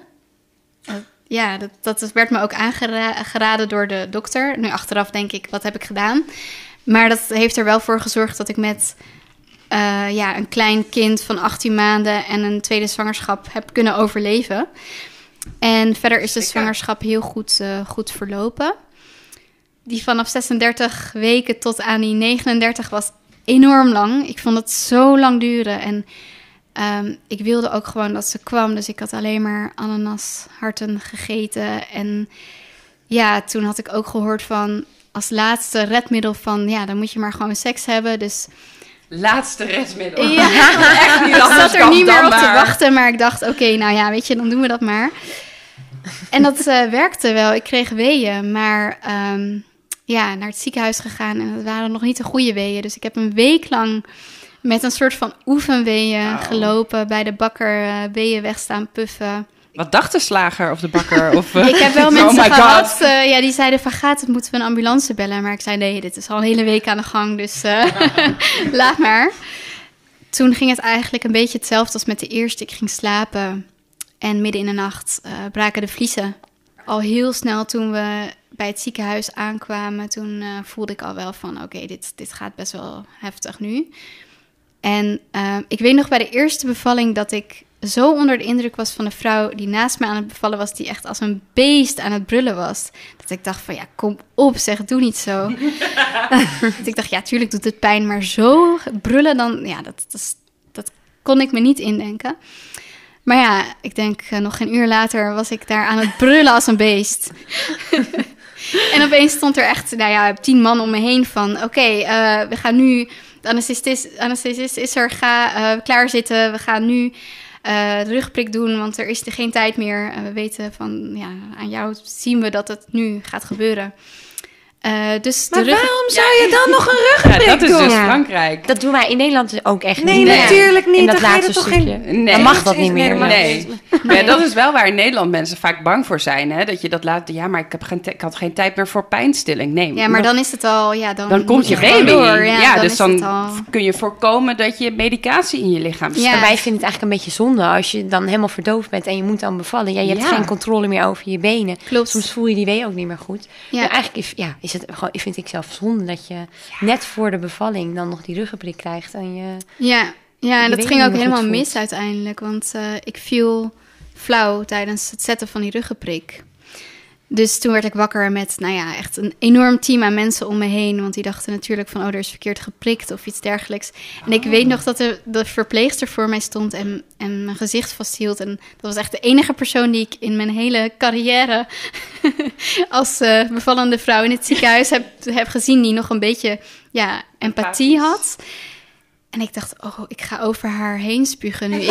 Dat werd me ook aangeraden door de dokter. Nu achteraf denk ik, wat heb ik gedaan? Maar dat heeft er wel voor gezorgd dat ik met een klein kind van 18 maanden en een tweede zwangerschap heb kunnen overleven. En verder is de zwangerschap heel goed verlopen. Die vanaf 36 weken tot aan die 39 was enorm lang. Ik vond het zo lang duren. En ik wilde ook gewoon dat ze kwam. Dus ik had alleen maar ananasharten gegeten. En ja, toen had ik ook gehoord van als laatste redmiddel van dan moet je maar gewoon seks hebben. Dus laatste redmiddel. Ja, echt niet. Ik zat er niet meer op te wachten. Maar ik dacht, oké, weet je, dan doen we dat maar. En dat werkte wel. Ik kreeg weeën, maar naar het ziekenhuis gegaan. En dat waren nog niet de goede weeën. Dus ik heb een week lang met een soort van oefenweeën gelopen. Bij de bakker weeën weg staan puffen. Wat dacht de slager of de bakker? Of, ik heb wel mensen gehad, die zeiden van moeten we een ambulance bellen? Maar ik zei nee, dit is al een hele week aan de gang, dus laat maar. Toen ging het eigenlijk een beetje hetzelfde als met de eerste. Ik ging slapen en midden in de nacht braken de vliezen. Al heel snel toen we bij het ziekenhuis aankwamen, toen voelde ik al wel van oké, dit gaat best wel heftig nu. En ik weet nog bij de eerste bevalling dat ik zo onder de indruk was van de vrouw die naast me aan het bevallen was, die echt als een beest aan het brullen was. Dat ik dacht van kom op zeg, doe niet zo. Dat ik dacht tuurlijk doet het pijn, maar zo brullen dan, dat kon ik me niet indenken. Maar ik denk nog geen uur later was ik daar aan het brullen als een beest. En opeens stond er echt 10 man om me heen van oké, we gaan nu, de anesthesist is er, ga klaarzitten, we gaan nu de rugprik doen, want er is geen tijd meer. We weten van, aan jou zien we dat het nu gaat gebeuren. Dus maar waarom zou je dan nog een rugprik doen? Dat is dus Frankrijk. Dat doen wij in Nederland ook echt niet. Nee, natuurlijk niet. In dat dan laatste stukje. Nee, dan mag dat niet meer. Nee. Ja, dat is wel waar in Nederland mensen vaak bang voor zijn. Hè? Dat je dat laat. Ja, maar ik had geen tijd meer voor pijnstilling. Nee. Ja, maar dan is het al. Dan komt je baby. Door. Dus dan kun je voorkomen dat je medicatie in je lichaam staat. Ja. Wij vinden het eigenlijk een beetje zonde als je dan helemaal verdoofd bent en je moet dan bevallen. Je hebt geen controle meer over je benen. Klopt. Soms voel je die wee ook niet meer goed. Ja. Maar eigenlijk is het gewoon, vind ik zelf zonde dat je net voor de bevalling dan nog die ruggenprik krijgt. En en dat ging ook helemaal mis uiteindelijk. Want ik viel flauw tijdens het zetten van die ruggenprik. Dus toen werd ik wakker met, echt een enorm team aan mensen om me heen. Want die dachten natuurlijk van, er is verkeerd geprikt of iets dergelijks. En ik weet nog dat de verpleegster voor mij stond en mijn gezicht vasthield. En dat was echt de enige persoon die ik in mijn hele carrière als bevallende vrouw in het ziekenhuis heb gezien. Die nog een beetje empathie had. En ik dacht, ik ga over haar heen spugen nu.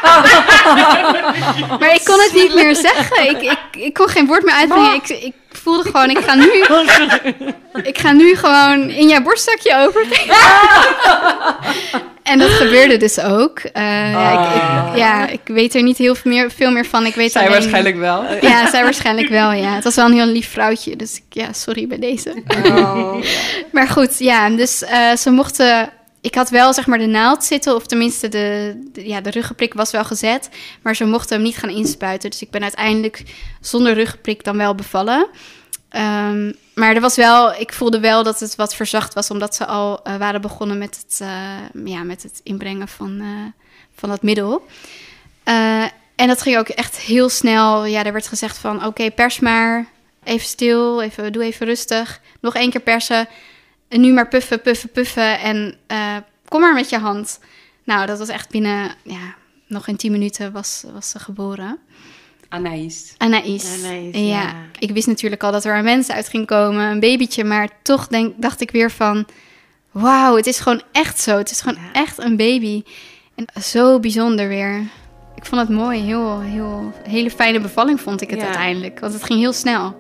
Maar ik kon het niet meer zeggen. Ik kon geen woord meer uitbrengen. Ik voelde gewoon, ik ga nu gewoon in jouw borstzakje over. En dat gebeurde dus ook. Ik weet er niet veel meer van. Ik weet zij alleen, waarschijnlijk wel. Ja, zij waarschijnlijk wel, ja. Het was wel een heel lief vrouwtje. Dus sorry bij deze. Maar goed, dus ze mochten... Ik had wel zeg maar de naald zitten, of tenminste de ruggenprik was wel gezet. Maar ze mochten hem niet gaan inspuiten. Dus ik ben uiteindelijk zonder ruggenprik dan wel bevallen. Maar ik voelde wel dat het wat verzacht was, omdat ze al waren begonnen met het inbrengen van dat middel. En dat ging ook echt heel snel. Ja, er werd gezegd van oké, pers maar, even stil, doe even rustig. Nog 1 keer persen. En nu maar puffen en kom maar met je hand. Nou, dat was echt binnen, nog in 10 minuten was ze geboren. Anaïs. Ja. Ik wist natuurlijk al dat er een mens uit ging komen, een babytje. Maar toch dacht ik weer van, wauw, het is gewoon echt zo. Het is gewoon echt een baby. En zo bijzonder weer. Ik vond het mooi. Hele fijne bevalling vond ik het uiteindelijk. Want het ging heel snel.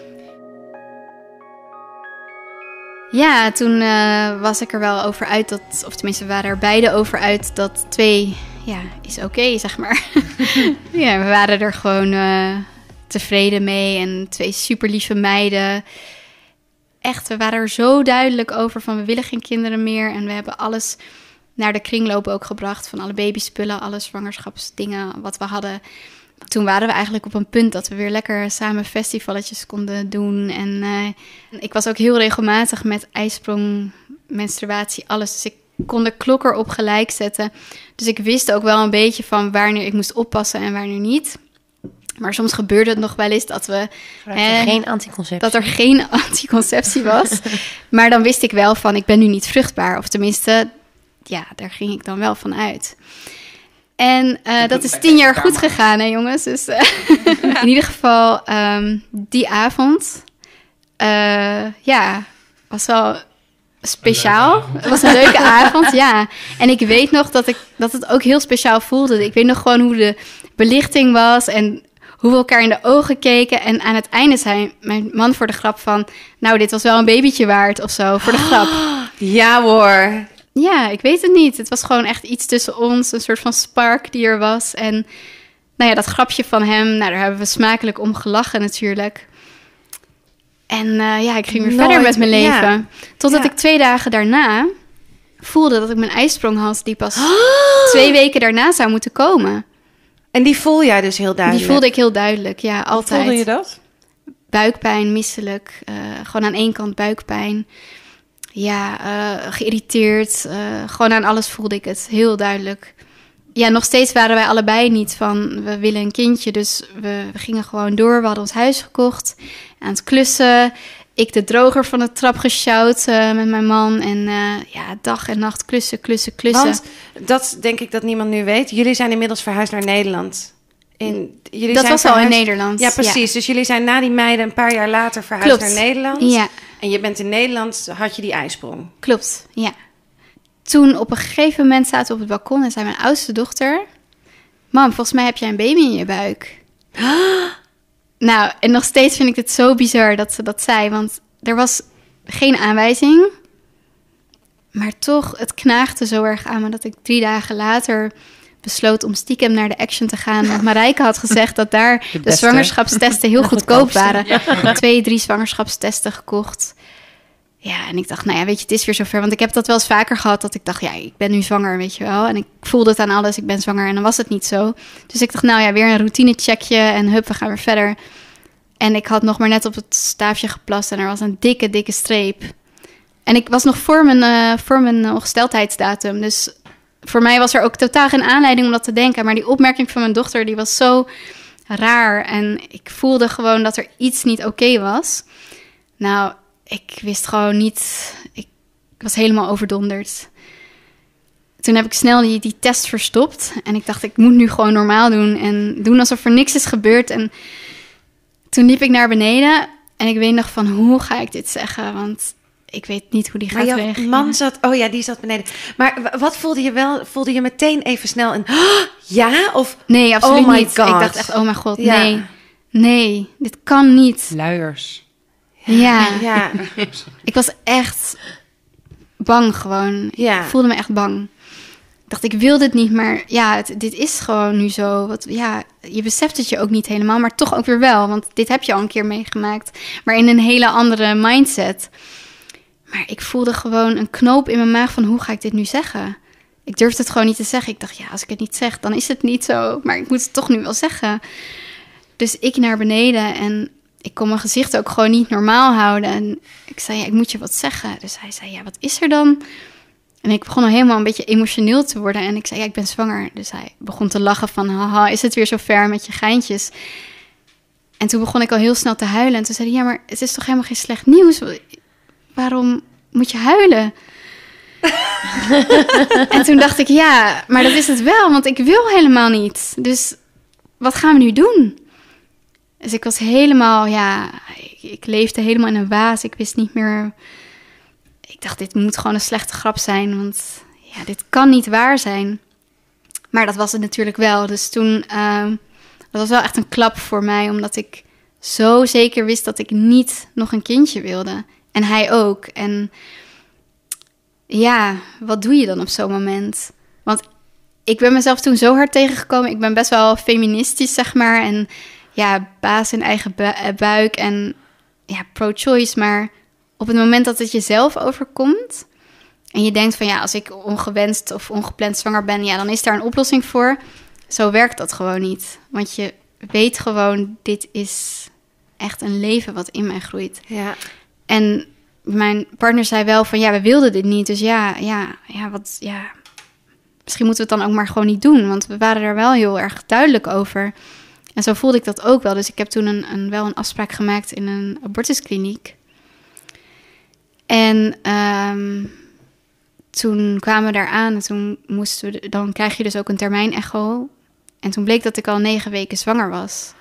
Ja, toen was ik er wel over uit of tenminste, we waren er beide over uit dat 2 is oké, zeg maar. Ja, we waren er gewoon tevreden mee en 2 super lieve meiden. Echt, we waren er zo duidelijk over van we willen geen kinderen meer. En we hebben alles naar de kringloop ook gebracht van alle babyspullen, alle zwangerschapsdingen wat we hadden. Toen waren we eigenlijk op een punt dat we weer lekker samen festivaletjes konden doen. En ik was ook heel regelmatig met ijsprong, menstruatie, alles. Dus ik kon de klok erop gelijk zetten. Dus ik wist ook wel een beetje van wanneer ik moest oppassen en wanneer niet. Maar soms gebeurde het nog wel eens dat we... geen anticonceptie. Dat er geen anticonceptie was. Maar dan wist ik wel van, ik ben nu niet vruchtbaar. Of tenminste, daar ging ik dan wel van uit. En dat is 10 jaar goed gegaan, hè jongens. Dus in ieder geval, die avond... was wel speciaal. Het was een leuke avond, ja. En ik weet nog dat het ook heel speciaal voelde. Ik weet nog gewoon hoe de belichting was en hoe we elkaar in de ogen keken. En aan het einde zei mijn man voor de grap van... Nou, dit was wel een babytje waard of zo, voor de grap. Ja hoor. Ja, ik weet het niet. Het was gewoon echt iets tussen ons, een soort van spark die er was. En dat grapje van hem, daar hebben we smakelijk om gelachen natuurlijk. En ik ging weer verder met mijn leven. Ja. Totdat ik 2 dagen daarna voelde dat ik mijn ijsprong had... die pas 2 weken daarna zou moeten komen. En die voel jij dus heel duidelijk? Die voelde ik heel duidelijk, ja, altijd. Hoe voelde je dat? Buikpijn, misselijk. Gewoon aan 1 kant buikpijn. Ja, geïrriteerd. Gewoon aan alles voelde ik het heel duidelijk. Ja, nog steeds waren wij allebei niet van... we willen een kindje, dus we gingen gewoon door. We hadden ons huis gekocht, aan het klussen. Ik de droger van de trap gesjouwd met mijn man. En dag en nacht klussen. Want, dat denk ik dat niemand nu weet... jullie zijn inmiddels verhuisd naar Nederland. Dat was al in Nederland. Ja, precies. Ja. Dus jullie zijn na die meiden een paar jaar later verhuisd naar Nederland. Ja. En je bent in Nederland, had je die ijsprong. Klopt, ja. Toen op een gegeven moment zaten we op het balkon en zei mijn oudste dochter... Mam, volgens mij heb jij een baby in je buik. Nou, en nog steeds vind ik het zo bizar dat ze dat zei. Want er was geen aanwijzing. Maar toch, het knaagde zo erg aan me dat ik 3 dagen later... besloot om stiekem naar de Action te gaan. Want Marijke had gezegd dat daar de zwangerschapstesten heel goedkoop waren. Ja. 2-3 zwangerschapstesten gekocht. Ja, en ik dacht, weet je, het is weer zover. Want ik heb dat wel eens vaker gehad, dat ik dacht, ik ben nu zwanger, weet je wel. En ik voelde het aan alles, ik ben zwanger. En dan was het niet zo. Dus ik dacht, weer een routinecheckje en hup, we gaan weer verder. En ik had nog maar net op het staafje geplast en er was een dikke streep. En ik was nog voor mijn ongesteldheidsdatum. Dus voor mij was er ook totaal geen aanleiding om dat te denken. Maar die opmerking van mijn dochter, die was zo raar. En ik voelde gewoon dat er iets niet oké was. Nou, ik wist gewoon niet... Ik was helemaal overdonderd. Toen heb ik snel die test verstopt. En ik dacht, ik moet nu gewoon normaal doen. En doen alsof er niks is gebeurd. En toen liep ik naar beneden. En ik weet nog van, hoe ga ik dit zeggen? Want ik weet niet hoe die gaat reageren. Maar jouw man zat... Oh ja, die zat beneden. Maar wat voelde je wel? Voelde je meteen even snel een... ja? Of... Nee, absoluut niet. God. Ik dacht echt, oh mijn god, nee, dit kan niet. Luiers. Ja. Ik was echt bang gewoon. Ja. Ik voelde me echt bang. Ik dacht, ik wil dit niet, maar dit is gewoon nu zo. Je beseft het je ook niet helemaal, maar toch ook weer wel. Want dit heb je al een keer meegemaakt. Maar in een hele andere mindset. Maar ik voelde gewoon een knoop in mijn maag van, hoe ga ik dit nu zeggen? Ik durfde het gewoon niet te zeggen. Ik dacht, als ik het niet zeg, dan is het niet zo. Maar ik moet het toch nu wel zeggen. Dus ik naar beneden en... ik kon mijn gezicht ook gewoon niet normaal houden. En ik zei, ik moet je wat zeggen. Dus hij zei, wat is er dan? En ik begon al helemaal een beetje emotioneel te worden. En ik zei, ik ben zwanger. Dus hij begon te lachen van, haha, is het weer zo ver met je geintjes? En toen begon ik al heel snel te huilen. En toen zei hij, maar het is toch helemaal geen slecht nieuws? Waarom moet je huilen? En toen dacht ik, maar dat is het wel. Want ik wil helemaal niet. Dus wat gaan we nu doen? Dus ik was helemaal, ik leefde helemaal in een waas. Ik wist niet meer... Ik dacht, dit moet gewoon een slechte grap zijn. Want dit kan niet waar zijn. Maar dat was het natuurlijk wel. Dus toen, dat was wel echt een klap voor mij, omdat ik zo zeker wist dat ik niet nog een kindje wilde. En hij ook. En ja, wat doe je dan op zo'n moment? Want ik ben mezelf toen zo hard tegengekomen. Ik ben best wel feministisch, zeg maar. En ja, baas in eigen buik en ja, pro-choice. Maar op het moment dat het jezelf overkomt en je denkt van ja, als ik ongewenst of ongepland zwanger ben, ja, dan is daar een oplossing voor. Zo werkt dat gewoon niet. Want je weet gewoon, dit is echt een leven wat in mij groeit. Ja. En mijn partner zei wel van ja, we wilden dit niet. Dus ja, misschien moeten we het dan ook maar gewoon niet doen. Want we waren er wel heel erg duidelijk over. En zo voelde ik dat ook wel. Dus ik heb toen wel een afspraak gemaakt in een abortuskliniek. En toen kwamen we daar aan en toen dan krijg je dus ook een termijnecho. En toen bleek dat ik al 9 weken zwanger was.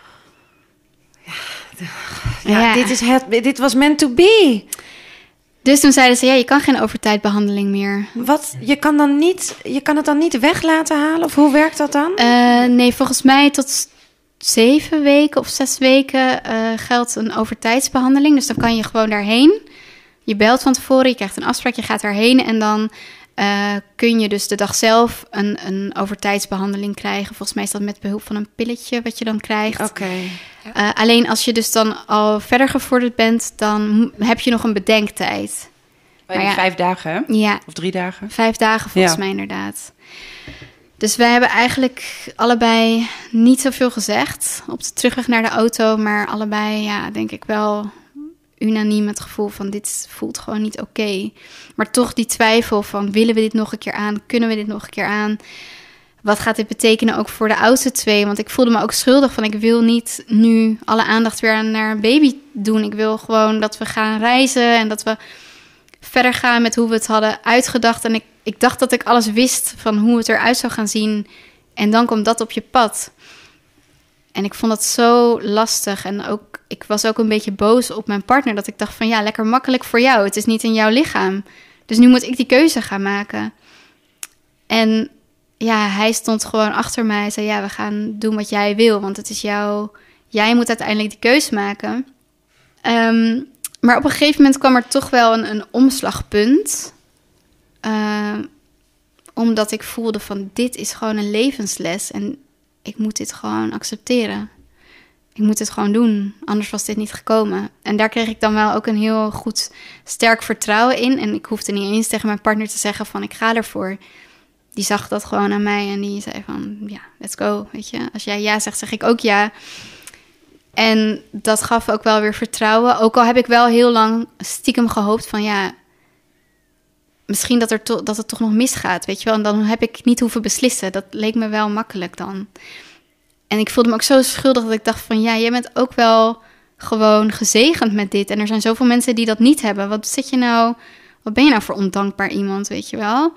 Ja. Dit was meant to be. Dus toen zeiden ze, ja, je kan geen overtijdbehandeling meer. Wat? Je kan het dan niet weg laten halen? Of hoe werkt dat dan? Nee, volgens mij tot 7 weken of 6 weken geldt een overtijdsbehandeling. Dus dan kan je gewoon daarheen. Je belt van tevoren, je krijgt een afspraak, je gaat daarheen. En dan kun je dus de dag zelf een overtijdsbehandeling krijgen. Volgens mij is dat met behulp van een pilletje wat je dan krijgt. Oké. Alleen als je dus dan al verder gevorderd bent, dan heb je nog een bedenktijd. Maar ja, 5 dagen, hè? Ja. Of 3 dagen? 5 dagen volgens mij inderdaad. Dus wij hebben eigenlijk allebei niet zoveel gezegd op de terugweg naar de auto. Maar allebei, ja, denk ik wel unaniem het gevoel van dit voelt gewoon niet oké. Maar toch die twijfel van willen we dit nog een keer aan? Kunnen we dit nog een keer aan? Wat gaat dit betekenen ook voor de oudste 2? Want ik voelde me ook schuldig van ik wil niet nu alle aandacht weer naar een baby doen. Ik wil gewoon dat we gaan reizen en dat we verder gaan met hoe we het hadden uitgedacht. En ik dacht dat ik alles wist van hoe het eruit zou gaan zien. En dan komt dat op je pad. En ik vond dat zo lastig. En ook, ik was ook een beetje boos op mijn partner. Dat ik dacht van ja, lekker makkelijk voor jou. Het is niet in jouw lichaam. Dus nu moet ik die keuze gaan maken. En ja, hij stond gewoon achter mij. Hij zei ja, we gaan doen wat jij wil. Want het is jij moet uiteindelijk die keuze maken. Maar op een gegeven moment kwam er toch wel een omslagpunt. Omdat ik voelde van dit is gewoon een levensles. En ik moet dit gewoon accepteren. Ik moet het gewoon doen. Anders was dit niet gekomen. En daar kreeg ik dan wel ook een heel goed, sterk vertrouwen in. En ik hoefde niet eens tegen mijn partner te zeggen van ik ga ervoor. Die zag dat gewoon aan mij en die zei van ja, let's go. Weet je, als jij ja zegt, zeg ik ook ja. En dat gaf ook wel weer vertrouwen. Ook al heb ik wel heel lang stiekem gehoopt van ja, misschien dat het toch nog misgaat, weet je wel. En dan heb ik niet hoeven beslissen. Dat leek me wel makkelijk dan. En ik voelde me ook zo schuldig dat ik dacht van ja, jij bent ook wel gewoon gezegend met dit. En er zijn zoveel mensen die dat niet hebben. Wat ben je nou voor ondankbaar iemand, weet je wel?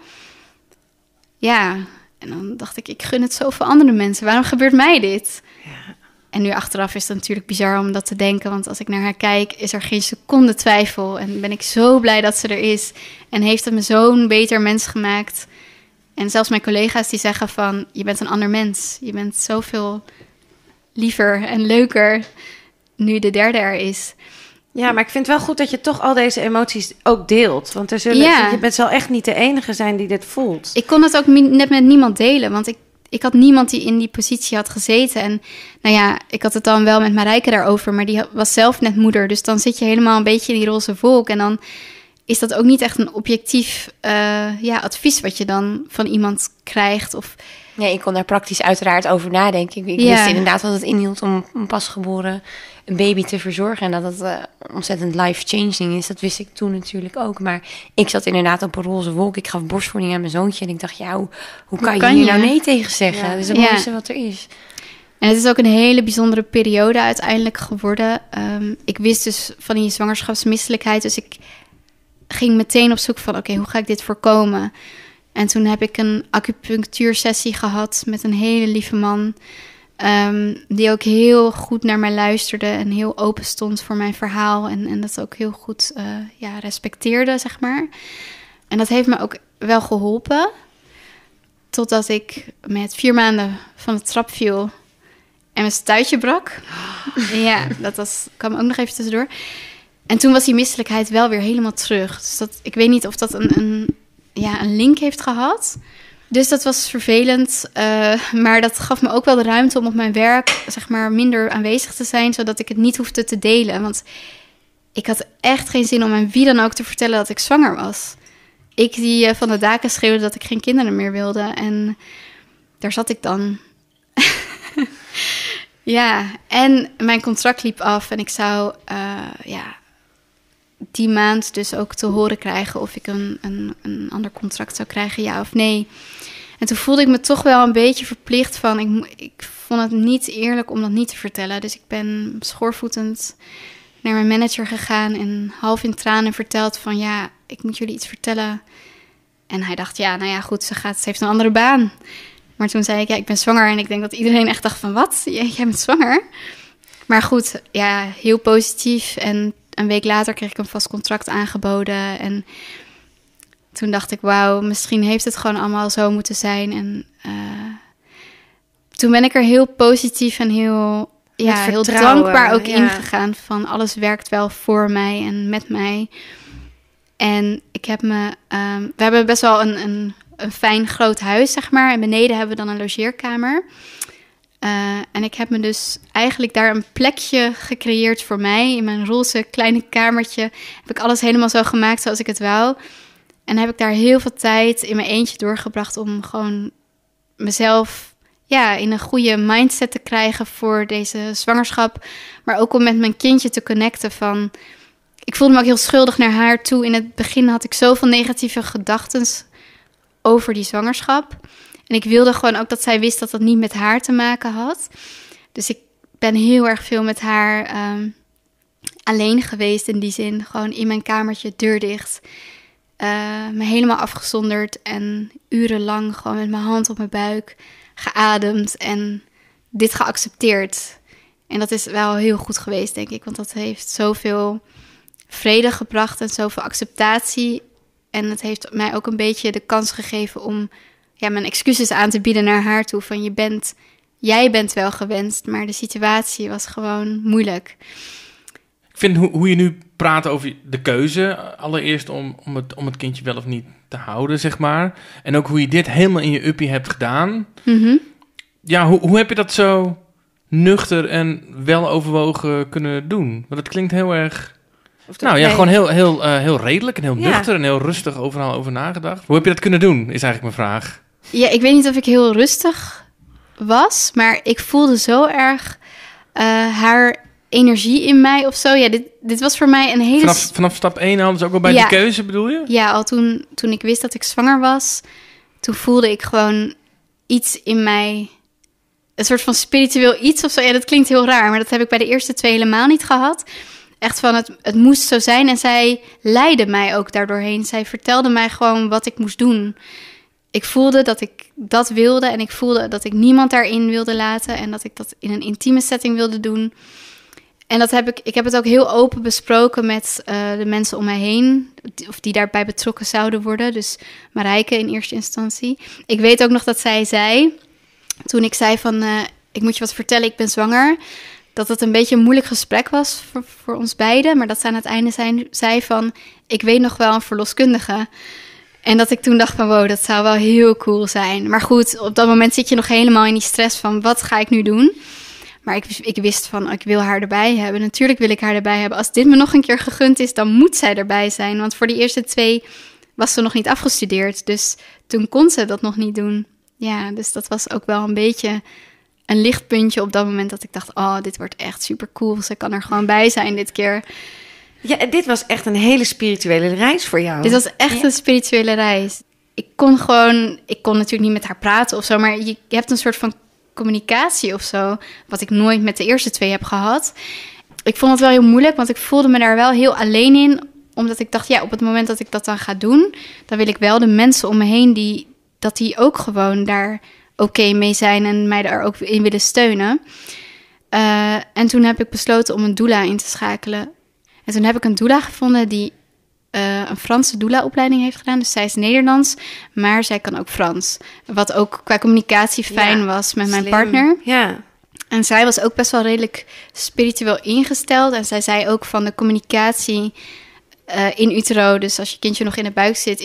Ja, en dan dacht ik gun het zoveel andere mensen. Waarom gebeurt mij dit? Ja. En nu achteraf is het natuurlijk bizar om dat te denken. Want als ik naar haar kijk, is er geen seconde twijfel. En ben ik zo blij dat ze er is. En heeft het me zo'n beter mens gemaakt. En zelfs mijn collega's die zeggen van je bent een ander mens. Je bent zoveel liever en leuker nu de derde er is. Ja, maar ik vind het wel goed dat je toch al deze emoties ook deelt. Want je bent wel echt niet de enige zijn die dit voelt. Ik kon het ook net met niemand delen. Want ik had niemand die in die positie had gezeten. En nou ja, ik had het dan wel met Marijke daarover. Maar die was zelf net moeder. Dus dan zit je helemaal een beetje in die roze wolk. En dan is dat ook niet echt een objectief advies wat je dan van iemand krijgt. Of Nee, ik kon daar praktisch uiteraard over nadenken. Ik wist inderdaad wat het inhield om een pasgeboren een baby te verzorgen. En dat het ontzettend life-changing is. Dat wist ik toen natuurlijk ook. Maar ik zat inderdaad op een roze wolk. Ik gaf borstvoeding aan mijn zoontje. En ik dacht, ja, hoe kan je hier nou nee tegen zeggen? Dat is het mooiste wat er is. En het is ook een hele bijzondere periode uiteindelijk geworden. Ik wist dus van die zwangerschapsmisselijkheid. Dus ik ging meteen op zoek van, oké, hoe ga ik dit voorkomen? En toen heb ik een acupunctuursessie gehad met een hele lieve man. Die ook heel goed naar mij luisterde en heel open stond voor mijn verhaal. En dat ook heel goed respecteerde, zeg maar. En dat heeft me ook wel geholpen. Totdat ik met 4 maanden van de trap viel en mijn stuitje brak. Ja, kwam ook nog even tussendoor. En toen was die misselijkheid wel weer helemaal terug. Dus ik weet niet of dat een link heeft gehad. Dus dat was vervelend. Maar dat gaf me ook wel de ruimte om op mijn werk zeg maar minder aanwezig te zijn, zodat ik het niet hoefde te delen. Want ik had echt geen zin om aan wie dan ook te vertellen dat ik zwanger was. Ik die van de daken schreeuwde dat ik geen kinderen meer wilde. En daar zat ik dan. Ja, en mijn contract liep af. En ik zou die maand dus ook te horen krijgen of ik een ander contract zou krijgen, ja of nee. En toen voelde ik me toch wel een beetje verplicht van... Ik vond het niet eerlijk om dat niet te vertellen. Dus ik ben schoorvoetend naar mijn manager gegaan en half in tranen verteld van... ja, ik moet jullie iets vertellen. En hij dacht, ja, nou ja, goed, ze heeft een andere baan. Maar toen zei ik, ja, ik ben zwanger. En ik denk dat iedereen echt dacht van, wat? Jij bent zwanger? Maar goed, ja, heel positief. En een week later kreeg ik een vast contract aangeboden. En toen dacht ik, wauw, misschien heeft het gewoon allemaal zo moeten zijn. En toen ben ik er heel positief en heel dankbaar ook ingegaan. Van alles werkt wel voor mij en met mij. En ik heb we hebben best wel een fijn groot huis, zeg maar. En beneden hebben we dan een logeerkamer. En ik heb me dus eigenlijk daar een plekje gecreëerd voor mij. In mijn roze kleine kamertje heb ik alles helemaal zo gemaakt zoals ik het wou. En heb ik daar heel veel tijd in mijn eentje doorgebracht om gewoon mezelf in een goede mindset te krijgen voor deze zwangerschap. Maar ook om met mijn kindje te connecten van... Ik voelde me ook heel schuldig naar haar toe. In het begin had ik zoveel negatieve gedachten over die zwangerschap. En ik wilde gewoon ook dat zij wist dat dat niet met haar te maken had. Dus ik ben heel erg veel met haar alleen geweest in die zin. Gewoon in mijn kamertje, deur dicht. Me helemaal afgezonderd en urenlang gewoon met mijn hand op mijn buik geademd en dit geaccepteerd. En dat is wel heel goed geweest, denk ik. Want dat heeft zoveel vrede gebracht en zoveel acceptatie. En het heeft mij ook een beetje de kans gegeven om mijn excuses aan te bieden naar haar toe. Van jij bent wel gewenst, maar de situatie was gewoon moeilijk. Ik vind hoe je nu praat over de keuze, allereerst om het kindje wel of niet te houden, zeg maar. En ook hoe je dit helemaal in je uppie hebt gedaan. Mm-hmm. Ja, hoe heb je dat zo nuchter en wel overwogen kunnen doen? Want het klinkt heel erg... gewoon heel redelijk en heel nuchter en heel rustig overal over nagedacht. Hoe heb je dat kunnen doen, is eigenlijk mijn vraag. Ja, ik weet niet of ik heel rustig was, maar ik voelde zo erg haar energie in mij of zo. Ja, dit was voor mij een hele... Vanaf stap 1 hadden ze ook al bij die keuze, bedoel je? Ja, al toen ik wist dat ik zwanger was, toen voelde ik gewoon iets in mij, een soort van spiritueel iets of zo. Ja, dat klinkt heel raar, maar dat heb ik bij de eerste 2 helemaal niet gehad. Echt van, het moest zo zijn. En zij leidde mij ook daardoorheen. Zij vertelde mij gewoon wat ik moest doen. Ik voelde dat ik dat wilde. En ik voelde dat ik niemand daarin wilde laten. En dat ik dat in een intieme setting wilde doen. En ik heb het ook heel open besproken met de mensen om mij heen. Of die daarbij betrokken zouden worden. Dus Marijke in eerste instantie. Ik weet ook nog dat zij zei, toen ik zei van, ik moet je wat vertellen, ik ben zwanger, dat het een beetje een moeilijk gesprek was voor ons beiden. Maar dat ze aan het einde zei van, ik weet nog wel een verloskundige. En dat ik toen dacht van, wow, dat zou wel heel cool zijn. Maar goed, op dat moment zit je nog helemaal in die stress van, wat ga ik nu doen? Maar ik wist van, ik wil haar erbij hebben. Natuurlijk wil ik haar erbij hebben. Als dit me nog een keer gegund is, dan moet zij erbij zijn. Want voor die eerste 2 was ze nog niet afgestudeerd. Dus toen kon ze dat nog niet doen. Ja, dus dat was ook wel een beetje een lichtpuntje op dat moment dat ik dacht, oh, dit wordt echt super cool. Ze kan er gewoon bij zijn dit keer. Ja, dit was echt een hele spirituele reis voor jou. Dit was echt een spirituele reis. Ik kon natuurlijk niet met haar praten of zo, maar je hebt een soort van communicatie of zo, wat ik nooit met de eerste 2 heb gehad. Ik vond het wel heel moeilijk, want ik voelde me daar wel heel alleen in, omdat ik dacht, ja, op het moment dat ik dat dan ga doen, dan wil ik wel de mensen om me heen die ook gewoon daar oké mee zijn en mij daar ook in willen steunen. En toen heb ik besloten om een doula in te schakelen. En toen heb ik een doula gevonden die een Franse doula-opleiding heeft gedaan. Dus zij is Nederlands, maar zij kan ook Frans. Wat ook qua communicatie fijn was met mijn partner. Ja. En zij was ook best wel redelijk spiritueel ingesteld. En zij zei ook van de communicatie in utero, dus als je kindje nog in de buik zit,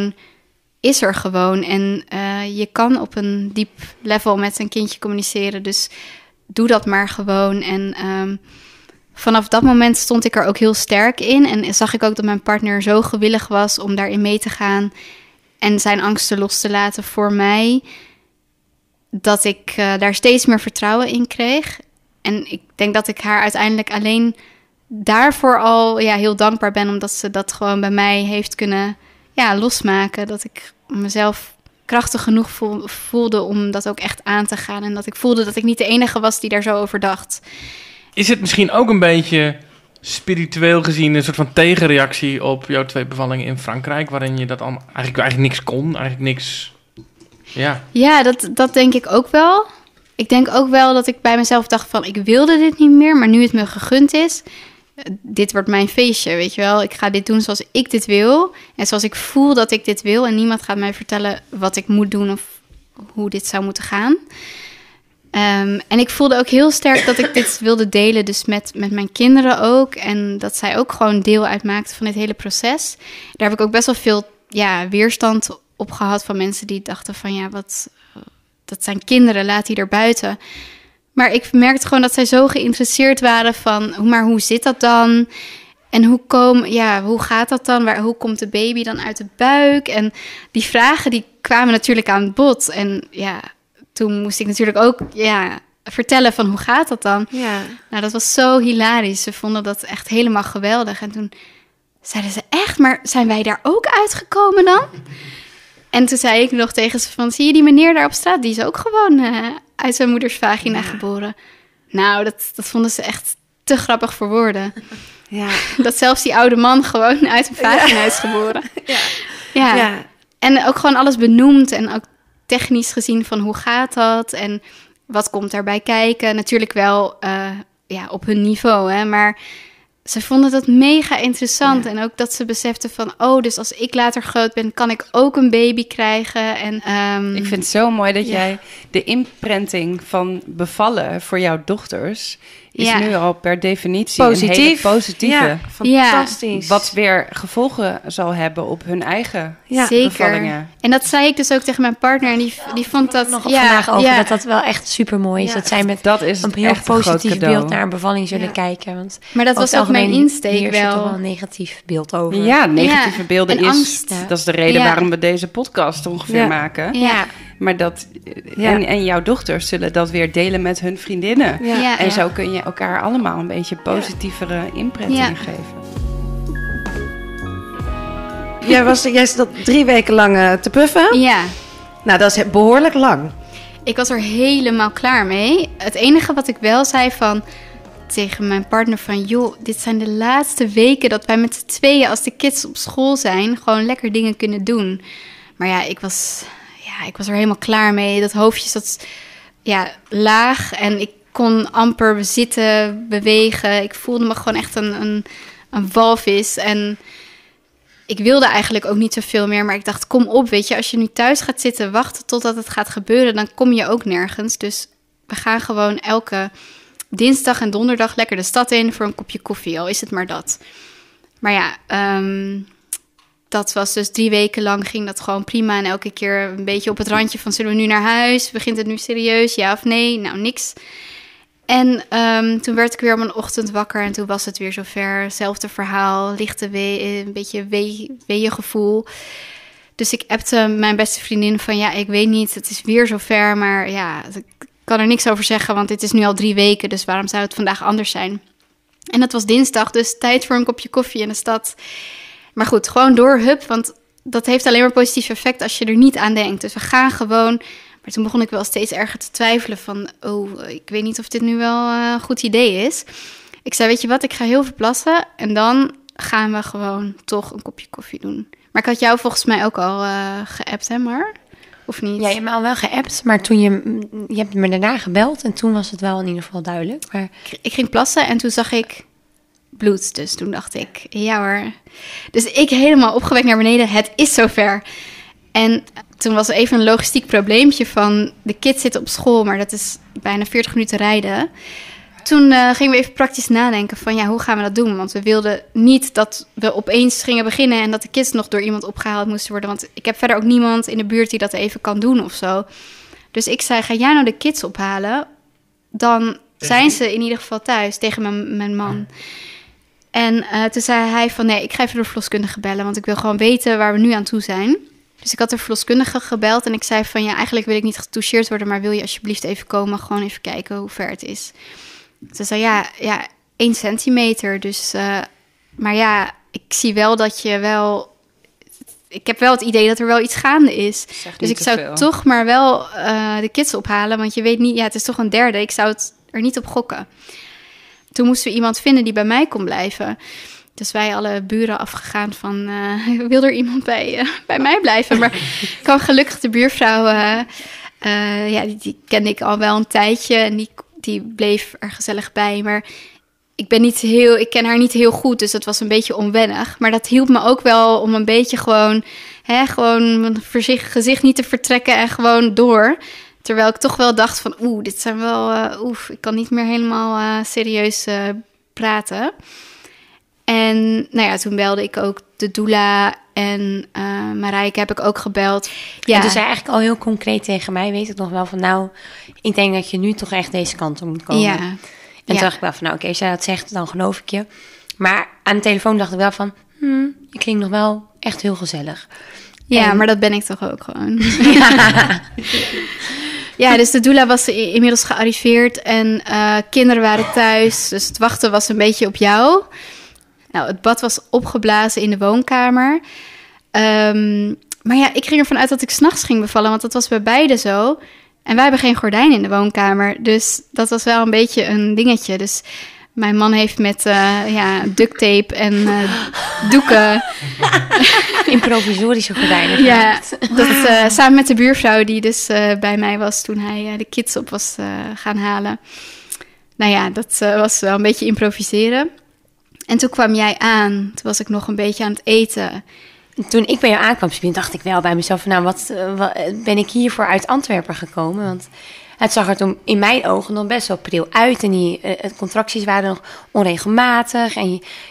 is er gewoon. En je kan op een diep level met een kindje communiceren. Dus doe dat maar gewoon. En vanaf dat moment stond ik er ook heel sterk in. En zag ik ook dat mijn partner zo gewillig was om daarin mee te gaan. En zijn angsten los te laten voor mij. Dat ik daar steeds meer vertrouwen in kreeg. En ik denk dat ik haar uiteindelijk alleen daarvoor al heel dankbaar ben. Omdat ze dat gewoon bij mij heeft kunnen losmaken. Dat ik mezelf krachtig genoeg voelde om dat ook echt aan te gaan. En dat ik voelde dat ik niet de enige was die daar zo over dacht. Is het misschien ook een beetje spiritueel gezien een soort van tegenreactie op jouw 2 bevallingen in Frankrijk, waarin je dat allemaal eigenlijk niks kon, eigenlijk niks... Ja, dat denk ik ook wel. Ik denk ook wel dat ik bij mezelf dacht van, ik wilde dit niet meer, maar nu het me gegund is, dit wordt mijn feestje, weet je wel. Ik ga dit doen zoals ik dit wil en zoals ik voel dat ik dit wil. En niemand gaat mij vertellen wat ik moet doen of hoe dit zou moeten gaan. En ik voelde ook heel sterk dat ik dit wilde delen, dus met mijn kinderen ook. En dat zij ook gewoon deel uitmaakten van dit hele proces. Daar heb ik ook best wel veel weerstand op gehad van mensen die dachten van dat zijn kinderen, laat die er buiten. Maar ik merkte gewoon dat zij zo geïnteresseerd waren van, maar hoe zit dat dan? En hoe gaat dat dan? Hoe komt de baby dan uit de buik? En die vragen die kwamen natuurlijk aan bod. En toen moest ik natuurlijk ook vertellen van, hoe gaat dat dan? Ja. Nou, dat was zo hilarisch. Ze vonden dat echt helemaal geweldig. En toen zeiden ze, echt? Maar zijn wij daar ook uitgekomen dan? En toen zei ik nog tegen ze van, zie je die meneer daar op straat? Die is ook gewoon uit zijn moeders vagina geboren. Nou, dat vonden ze echt te grappig voor woorden. Ja. Dat zelfs die oude man gewoon uit een vagina is geboren. Ja. En ook gewoon alles benoemd en ook technisch gezien van, hoe gaat dat? En wat komt daarbij kijken? Natuurlijk wel op hun niveau, hè, maar ze vonden dat mega interessant. Ja. En ook dat ze beseften van, dus als ik later groot ben, kan ik ook een baby krijgen. En, ik vind het zo mooi dat jij de imprinting van bevallen voor jouw dochters is nu al per definitie een hele positieve. Ja, fantastisch. Wat weer gevolgen zal hebben op hun eigen bevallingen. En dat zei ik dus ook tegen mijn partner. En die vond dat nog vandaag over dat wel echt super mooi is. Dat zij met een heel positief beeld naar een bevalling zullen kijken. Want maar dat was ook mijn insteek hier wel. Hier zit toch wel een negatief beeld over. Ja, negatieve beelden en is... angst. Dat is de reden waarom we deze podcast ongeveer maken. Ja. Maar dat... En jouw dochters zullen dat weer delen met hun vriendinnen. Ja. En zo kun je elkaar allemaal een beetje positievere imprinting geven. Jij zat 3 weken lang te puffen. Ja. Nou, dat is behoorlijk lang. Ik was er helemaal klaar mee. Het enige wat ik wel zei tegen mijn partner van, joh, dit zijn de laatste weken dat wij met z'n tweeën, als de kids op school zijn, gewoon lekker dingen kunnen doen. Maar ik was er helemaal klaar mee. Dat hoofdje zat laag en ik kon amper zitten, bewegen. Ik voelde me gewoon echt een walvis. En ik wilde eigenlijk ook niet zoveel meer, maar ik dacht, kom op, weet je, als je nu thuis gaat zitten wachten totdat het gaat gebeuren, dan kom je ook nergens. Dus we gaan gewoon elke dinsdag en donderdag lekker de stad in voor een kopje koffie, al is het maar dat. Maar dat was dus 3 weken lang ging dat gewoon prima. En elke keer een beetje op het randje van, zullen we nu naar huis? Begint het nu serieus? Ja of nee? Nou, niks. En toen werd ik weer op een ochtend wakker en toen was het weer zover. Zelfde verhaal, lichte een beetje weeëngevoel. Dus ik appte mijn beste vriendin van, ik weet niet, het is weer zover. Maar ik kan er niks over zeggen, want dit is nu al 3 weken. Dus waarom zou het vandaag anders zijn? En dat was dinsdag, dus tijd voor een kopje koffie in de stad. Maar goed, gewoon door, want dat heeft alleen maar positief effect als je er niet aan denkt. Dus we gaan gewoon. Maar toen begon ik wel steeds erger te twijfelen van, ik weet niet of dit nu wel een goed idee is. Ik zei, weet je wat, ik ga heel veel plassen en dan gaan we gewoon toch een kopje koffie doen. Maar ik had jou volgens mij ook al geappt, hè, Mar? Of niet? Ja, je hebt me al wel geappt, maar toen je hebt me daarna gebeld en toen was het wel in ieder geval duidelijk. Maar ik ging plassen en toen zag ik bloed. Dus toen dacht ik, ja hoor. Dus ik helemaal opgewekt naar beneden. Het is zover. En toen was er even een logistiek probleempje van... de kids zitten op school, maar dat is bijna 40 minuten rijden. Toen gingen we even praktisch nadenken van... hoe gaan we dat doen? Want we wilden niet dat we opeens gingen beginnen... en dat de kids nog door iemand opgehaald moesten worden. Want ik heb verder ook niemand in de buurt die dat even kan doen of zo. Dus ik zei, ga jij nou de kids ophalen? Dan zijn ze in ieder geval thuis tegen mijn man. En toen zei hij van... nee, ik ga even de verloskundige bellen... want ik wil gewoon weten waar we nu aan toe zijn... Dus ik had de verloskundige gebeld en ik zei van... eigenlijk wil ik niet getoucheerd worden... maar wil je alsjeblieft even komen... gewoon even kijken hoe ver het is. Ze zei ja 1 centimeter. Dus, maar ja, ik zie wel dat je wel... Ik heb wel het idee dat er wel iets gaande is. Dus ik zou toch maar wel de kids ophalen... want je weet niet, het is toch een derde. Ik zou het er niet op gokken. Toen moesten we iemand vinden die bij mij kon blijven... Dus wij alle buren afgegaan van... wil er iemand bij mij blijven? Maar kwam gelukkig de buurvrouw... die kende ik al wel een tijdje... en die bleef er gezellig bij. Maar ik ken haar niet heel goed... dus dat was een beetje onwennig. Maar dat hielp me ook wel om een beetje gewoon... gewoon mijn gezicht niet te vertrekken... en gewoon door. Terwijl ik toch wel dacht van... dit zijn wel... ik kan niet meer helemaal serieus praten... En toen belde ik ook de doula en Marijke heb ik ook gebeld. Ja. En toen zei eigenlijk al heel concreet tegen mij, weet ik nog wel van... ik denk dat je nu toch echt deze kant op moet komen. Ja. En toen dacht ik wel van, oké, als jij dat zegt, dan geloof ik je. Maar aan de telefoon dacht ik wel van... je klinkt nog wel echt heel gezellig. Ja, maar dat ben ik toch ook gewoon. Ja, dus de doula was inmiddels gearriveerd en kinderen waren thuis. Dus het wachten was een beetje op jou... Nou, het bad was opgeblazen in de woonkamer. Maar ik ging ervan uit dat ik 's nachts ging bevallen... want dat was bij beide zo. En wij hebben geen gordijn in de woonkamer. Dus dat was wel een beetje een dingetje. Dus mijn man heeft met duct tape en doeken... improvisorische gordijnen gemaakt. Ja, dat, samen met de buurvrouw die dus bij mij was... toen hij de kids op was gaan halen. Nou ja, dat was wel een beetje improviseren... En toen kwam jij aan. Toen was ik nog een beetje aan het eten. Toen ik bij jou aankwam, dacht ik wel bij mezelf... wat ben ik hiervoor uit Antwerpen gekomen? Want het zag er toen in mijn ogen nog best wel pril uit. En die contracties waren nog onregelmatig. En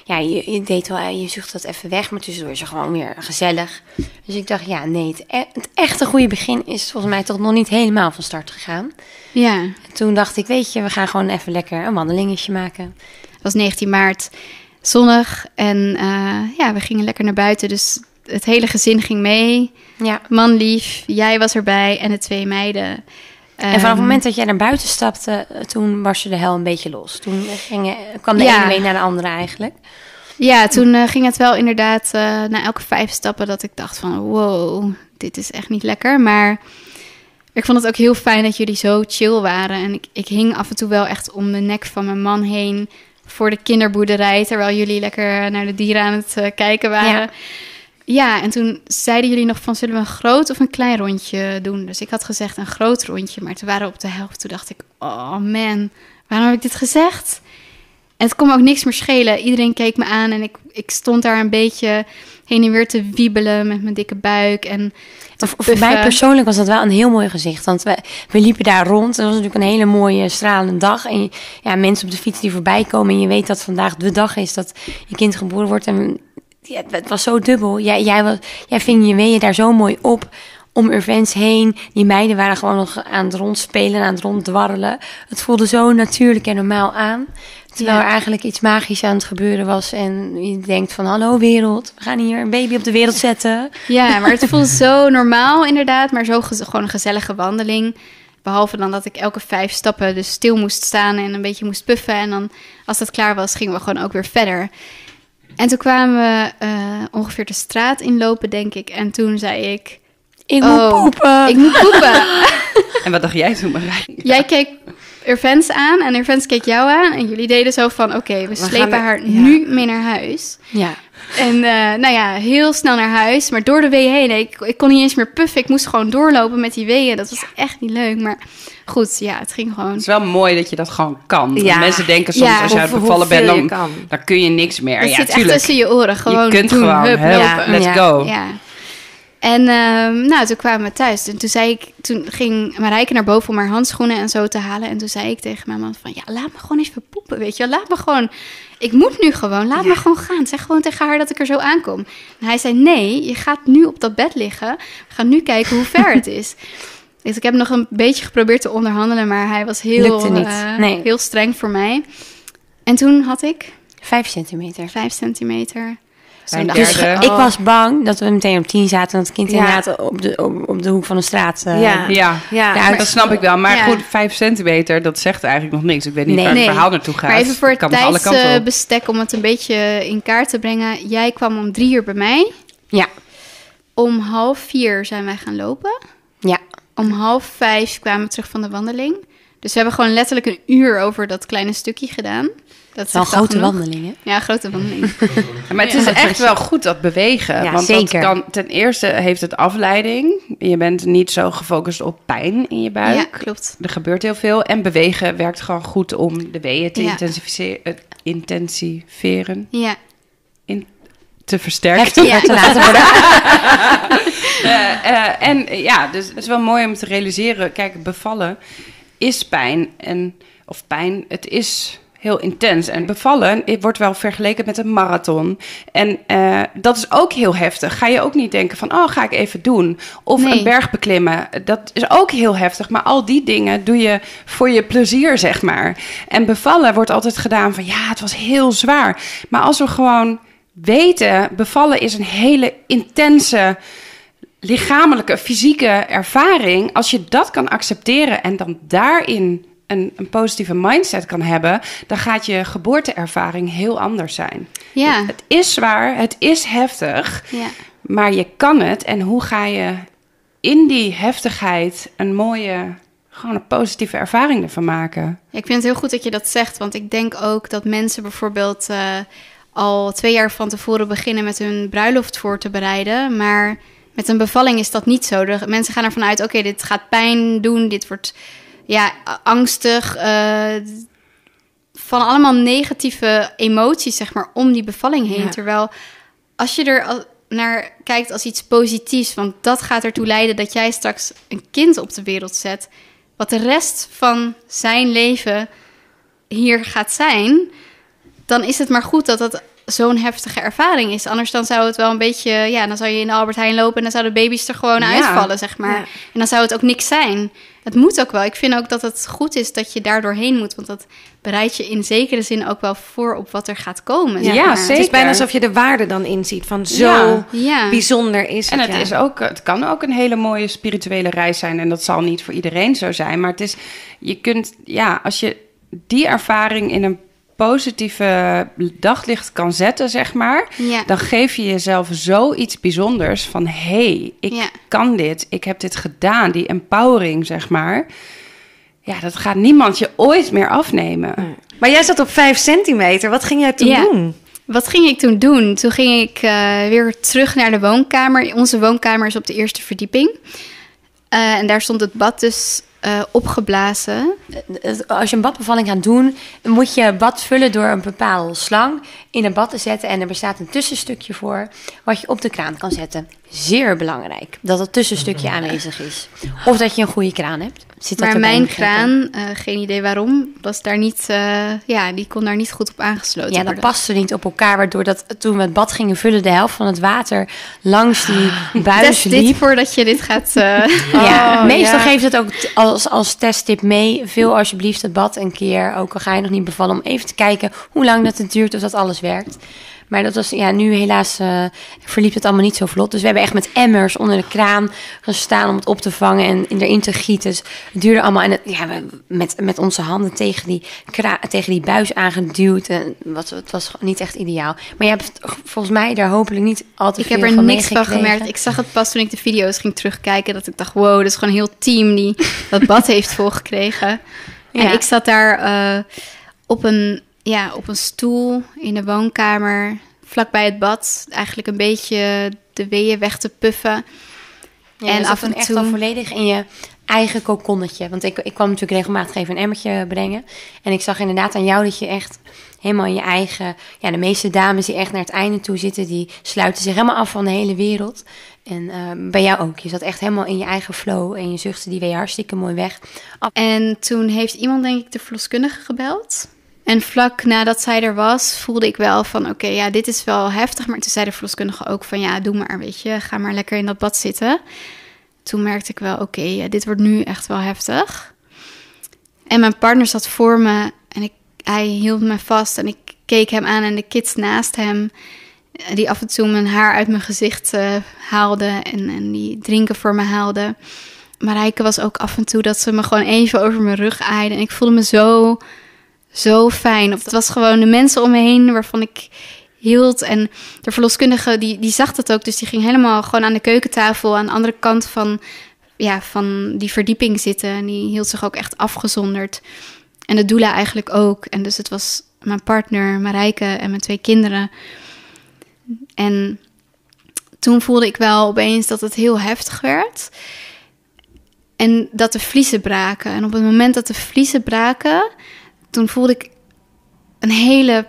je deed wel, je zocht dat even weg. Maar tussendoor is het gewoon weer gezellig. Dus ik dacht, het echte goede begin... is volgens mij toch nog niet helemaal van start gegaan. Ja. En toen dacht ik, weet je, we gaan gewoon even lekker een wandelingetje maken. Het was 19 maart... zonnig en we gingen lekker naar buiten. Dus het hele gezin ging mee. Ja. Man lief, jij was erbij en de 2 meiden. En vanaf het moment dat jij naar buiten stapte... toen barstte de hel een beetje los. Toen kwam de ene mee naar de andere eigenlijk. Ja, toen ging het wel inderdaad... na elke 5 stappen dat ik dacht van... wow, dit is echt niet lekker. Maar ik vond het ook heel fijn dat jullie zo chill waren. En ik hing af en toe wel echt om de nek van mijn man heen... voor de kinderboerderij, terwijl jullie lekker naar de dieren aan het kijken waren. Ja, en toen zeiden jullie nog van... zullen we een groot of een klein rondje doen? Dus ik had gezegd een groot rondje, maar toen waren we op de helft. Toen dacht ik, oh man, waarom heb ik dit gezegd? En het kon me ook niks meer schelen. Iedereen keek me aan en ik stond daar een beetje heen en weer te wiebelen... met mijn dikke buik en... Voor mij persoonlijk was dat wel een heel mooi gezicht. Want we liepen daar rond. Het was natuurlijk een hele mooie, stralende dag. En mensen op de fiets die voorbij komen... en je weet dat vandaag de dag is dat je kind geboren wordt. En het was zo dubbel. Jij ving je weeën daar zo mooi op... om events heen. Die meiden waren gewoon nog aan het rondspelen... aan het ronddwarrelen. Het voelde zo natuurlijk en normaal aan... Terwijl er eigenlijk iets magisch aan het gebeuren was. En je denkt van, hallo wereld, we gaan hier een baby op de wereld zetten. Ja, maar het voelt zo normaal inderdaad. Maar zo gewoon een gezellige wandeling. Behalve dan dat ik elke 5 stappen dus stil moest staan en een beetje moest puffen. En dan, als dat klaar was, gingen we gewoon ook weer verder. En toen kwamen we ongeveer de straat inlopen, denk ik. En toen zei ik... Ik moet poepen. Ik moet poepen. En wat dacht jij toen, Marij? Jij keek Urvens aan en Urvens keek jou aan. En jullie deden zo van, oké, we slepen haar nu mee naar huis. Ja. En heel snel naar huis. Maar door de weeën heen, ik kon niet eens meer puffen. Ik moest gewoon doorlopen met die weeën. Dat was echt niet leuk, maar goed, het ging gewoon. Het is wel mooi dat je dat gewoon kan. Ja. Mensen denken soms, als je uit bevallen bent, dan kun je niks meer. Het zit echt tussen je oren. Gewoon je kunt doen, gewoon, let's go. Ja. En toen kwamen we thuis. En toen ging Marijke naar boven om haar handschoenen en zo te halen. En toen zei ik tegen mijn man van, laat me gewoon even poepen, weet je. Laat me gewoon, ik moet nu gewoon, laat me gewoon gaan. Zeg gewoon tegen haar dat ik er zo aankom. En hij zei, nee, je gaat nu op dat bed liggen. We gaan nu kijken hoe ver het is. Dus ik heb nog een beetje geprobeerd te onderhandelen, maar hij was heel streng voor mij. En toen had ik 5 centimeter. 5 centimeter. Dus ik was bang dat we meteen op 10 zaten. En dat het kind inderdaad op de hoek van de straat. Dat snap ik wel. Maar goed, 5 centimeter, dat zegt eigenlijk nog niks. Ik weet niet waar het verhaal naartoe gaat. Maar even voor het tijdsbestek om het een beetje in kaart te brengen. Jij kwam om 3 uur bij mij. Ja. Om 3:30 zijn wij gaan lopen. Ja. Om 4:30 kwamen we terug van de wandeling. Dus we hebben gewoon letterlijk een uur over dat kleine stukje gedaan. Dat is wel een grote wandeling, hè? Ja, grote wandeling. Maar het is echt wel goed, dat bewegen. Ja, want zeker. Dat kan, ten eerste heeft het afleiding. Je bent niet zo gefocust op pijn in je buik. Ja, klopt. Er gebeurt heel veel. En bewegen werkt gewoon goed om de weeën te intensiveren. Ja. Te versterken. Te laten worden. Dus het is wel mooi om te realiseren. Kijk, bevallen is pijn. Het is heel intens. En bevallen wordt wel vergeleken met een marathon. En dat is ook heel heftig. Ga je ook niet denken van, ga ik even doen. Of een berg beklimmen. Dat is ook heel heftig. Maar al die dingen doe je voor je plezier, zeg maar. En bevallen wordt altijd gedaan van, het was heel zwaar. Maar als we gewoon weten, bevallen is een hele intense lichamelijke, fysieke ervaring. Als je dat kan accepteren en dan daarin een positieve mindset kan hebben, dan gaat je geboorteervaring heel anders zijn. Ja. Het is zwaar, het is heftig, maar je kan het. En hoe ga je in die heftigheid een positieve ervaring ervan maken? Ja, ik vind het heel goed dat je dat zegt, want ik denk ook dat mensen bijvoorbeeld al 2 jaar van tevoren beginnen met hun bruiloft voor te bereiden, maar met een bevalling is dat niet zo. De mensen gaan ervan uit, oké, dit gaat pijn doen, dit wordt angstig, van allemaal negatieve emoties, zeg maar, om die bevalling heen. Ja. Terwijl als je er naar kijkt als iets positiefs, want dat gaat ertoe leiden dat jij straks een kind op de wereld zet, wat de rest van zijn leven hier gaat zijn, dan is het maar goed dat dat zo'n heftige ervaring is. Anders dan zou het wel een beetje, dan zou je in de Albert Heijn lopen en dan zouden baby's er gewoon uitvallen, zeg maar. Ja. En dan zou het ook niks zijn. Het moet ook wel. Ik vind ook dat het goed is dat je daar doorheen moet, want dat bereidt je in zekere zin ook wel voor op wat er gaat komen. Zeg maar. Zeker. Het is bijna alsof je de waarde dan inziet van zo bijzonder is het. En het kan ook een hele mooie spirituele reis zijn en dat zal niet voor iedereen zo zijn, maar het is, als je die ervaring in een positieve daglicht kan zetten, zeg maar, dan geef je jezelf zoiets bijzonders van, ik kan dit, ik heb dit gedaan, die empowering, zeg maar. Ja, dat gaat niemand je ooit meer afnemen. Maar jij zat op 5 centimeter. Wat ging jij toen doen? Wat ging ik toen doen? Toen ging ik weer terug naar de woonkamer. Onze woonkamer is op de eerste verdieping. En daar stond het bad dus opgeblazen. Als je een badbevalling gaat doen, moet je bad vullen door een bepaalde slang in een bad te zetten. En er bestaat een tussenstukje voor wat je op de kraan kan zetten. Zeer belangrijk dat dat tussenstukje aanwezig is. Of dat je een goede kraan hebt. Maar mijn kraan, geen idee waarom, was daar niet, die kon daar niet goed op aangesloten worden. Ja, dat paste niet op elkaar, waardoor dat toen we het bad gingen vullen, de helft van het water langs die buis liep. Dit voordat je dit gaat... Meestal geeft het ook als testtip mee. Vul alsjeblieft het bad een keer, ook al ga je nog niet bevallen, om even te kijken hoe lang dat het duurt, of dat alles werkt. Maar dat was, nu helaas verliep het allemaal niet zo vlot. Dus we hebben echt met emmers onder de kraan gestaan om het op te vangen en erin te gieten. Dus het duurde allemaal. En met onze handen tegen die buis aangeduwd. En het was niet echt ideaal. Maar je hebt volgens mij daar hopelijk niet al te veel van meegekregen. Ik heb er niks van gemerkt. Ik zag het pas toen ik de video's ging terugkijken. Dat ik dacht, wow, dat is gewoon een heel team die dat bad heeft volgekregen. Ja. En ik zat daar op een stoel in de woonkamer, vlakbij het bad. Eigenlijk een beetje de weeën weg te puffen. Ja, en af en toe echt al volledig in je eigen kokonnetje. Want ik kwam natuurlijk regelmatig even een emmertje brengen. En ik zag inderdaad aan jou dat je echt helemaal in je eigen... Ja, de meeste dames die echt naar het einde toe zitten, die sluiten zich helemaal af van de hele wereld. En bij jou ook. Je zat echt helemaal in je eigen flow. En je zuchten die weer hartstikke mooi weg. En toen heeft iemand, denk ik, de verloskundige gebeld. En vlak nadat zij er was, voelde ik wel van... Oké, ja, dit is wel heftig. Maar toen zei de verloskundige ook van... Ja, doe maar, weet je. Ga maar lekker in dat bad zitten. Toen merkte ik wel, oké, dit wordt nu echt wel heftig. En mijn partner zat voor me en hij hield me vast en ik keek hem aan en de kids naast hem, die af en toe mijn haar uit mijn gezicht haalden en die drinken voor me haalden. Marijke was ook af en toe dat ze me gewoon even over mijn rug aaide en ik voelde me zo fijn. Of het was gewoon de mensen om me heen waarvan ik hield. En de verloskundige, die zag dat ook. Dus die ging helemaal gewoon aan de keukentafel aan de andere kant van die verdieping zitten. En die hield zich ook echt afgezonderd. En de doula eigenlijk ook. En dus het was mijn partner, Marijke en mijn 2 kinderen. En toen voelde ik wel opeens dat het heel heftig werd. En dat de vliezen braken. En op het moment dat de vliezen braken, toen voelde ik een hele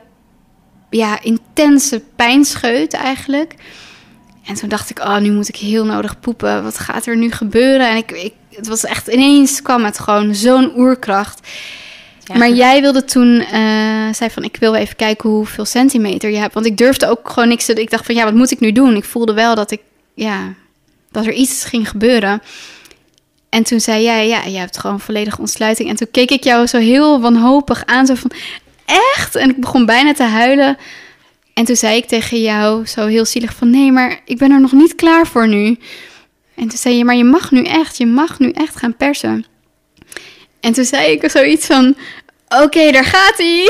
intense pijnscheut eigenlijk. En toen dacht ik, nu moet ik heel nodig poepen. Wat gaat er nu gebeuren? En het was echt ineens kwam het gewoon zo'n oerkracht. Ja. Maar jij wilde toen, zei van, ik wil even kijken hoeveel centimeter je hebt. Want ik durfde ook gewoon niks te doen. Ik dacht van, wat moet ik nu doen? Ik voelde wel dat dat er iets ging gebeuren. En toen zei jij, je hebt gewoon volledige ontsluiting. En toen keek ik jou zo heel wanhopig aan, zo van, echt? En ik begon bijna te huilen. En toen zei ik tegen jou, zo heel zielig van, nee, maar ik ben er nog niet klaar voor nu. En toen zei je, maar je mag nu echt gaan persen. En toen zei ik zoiets van, oké, daar gaat hij.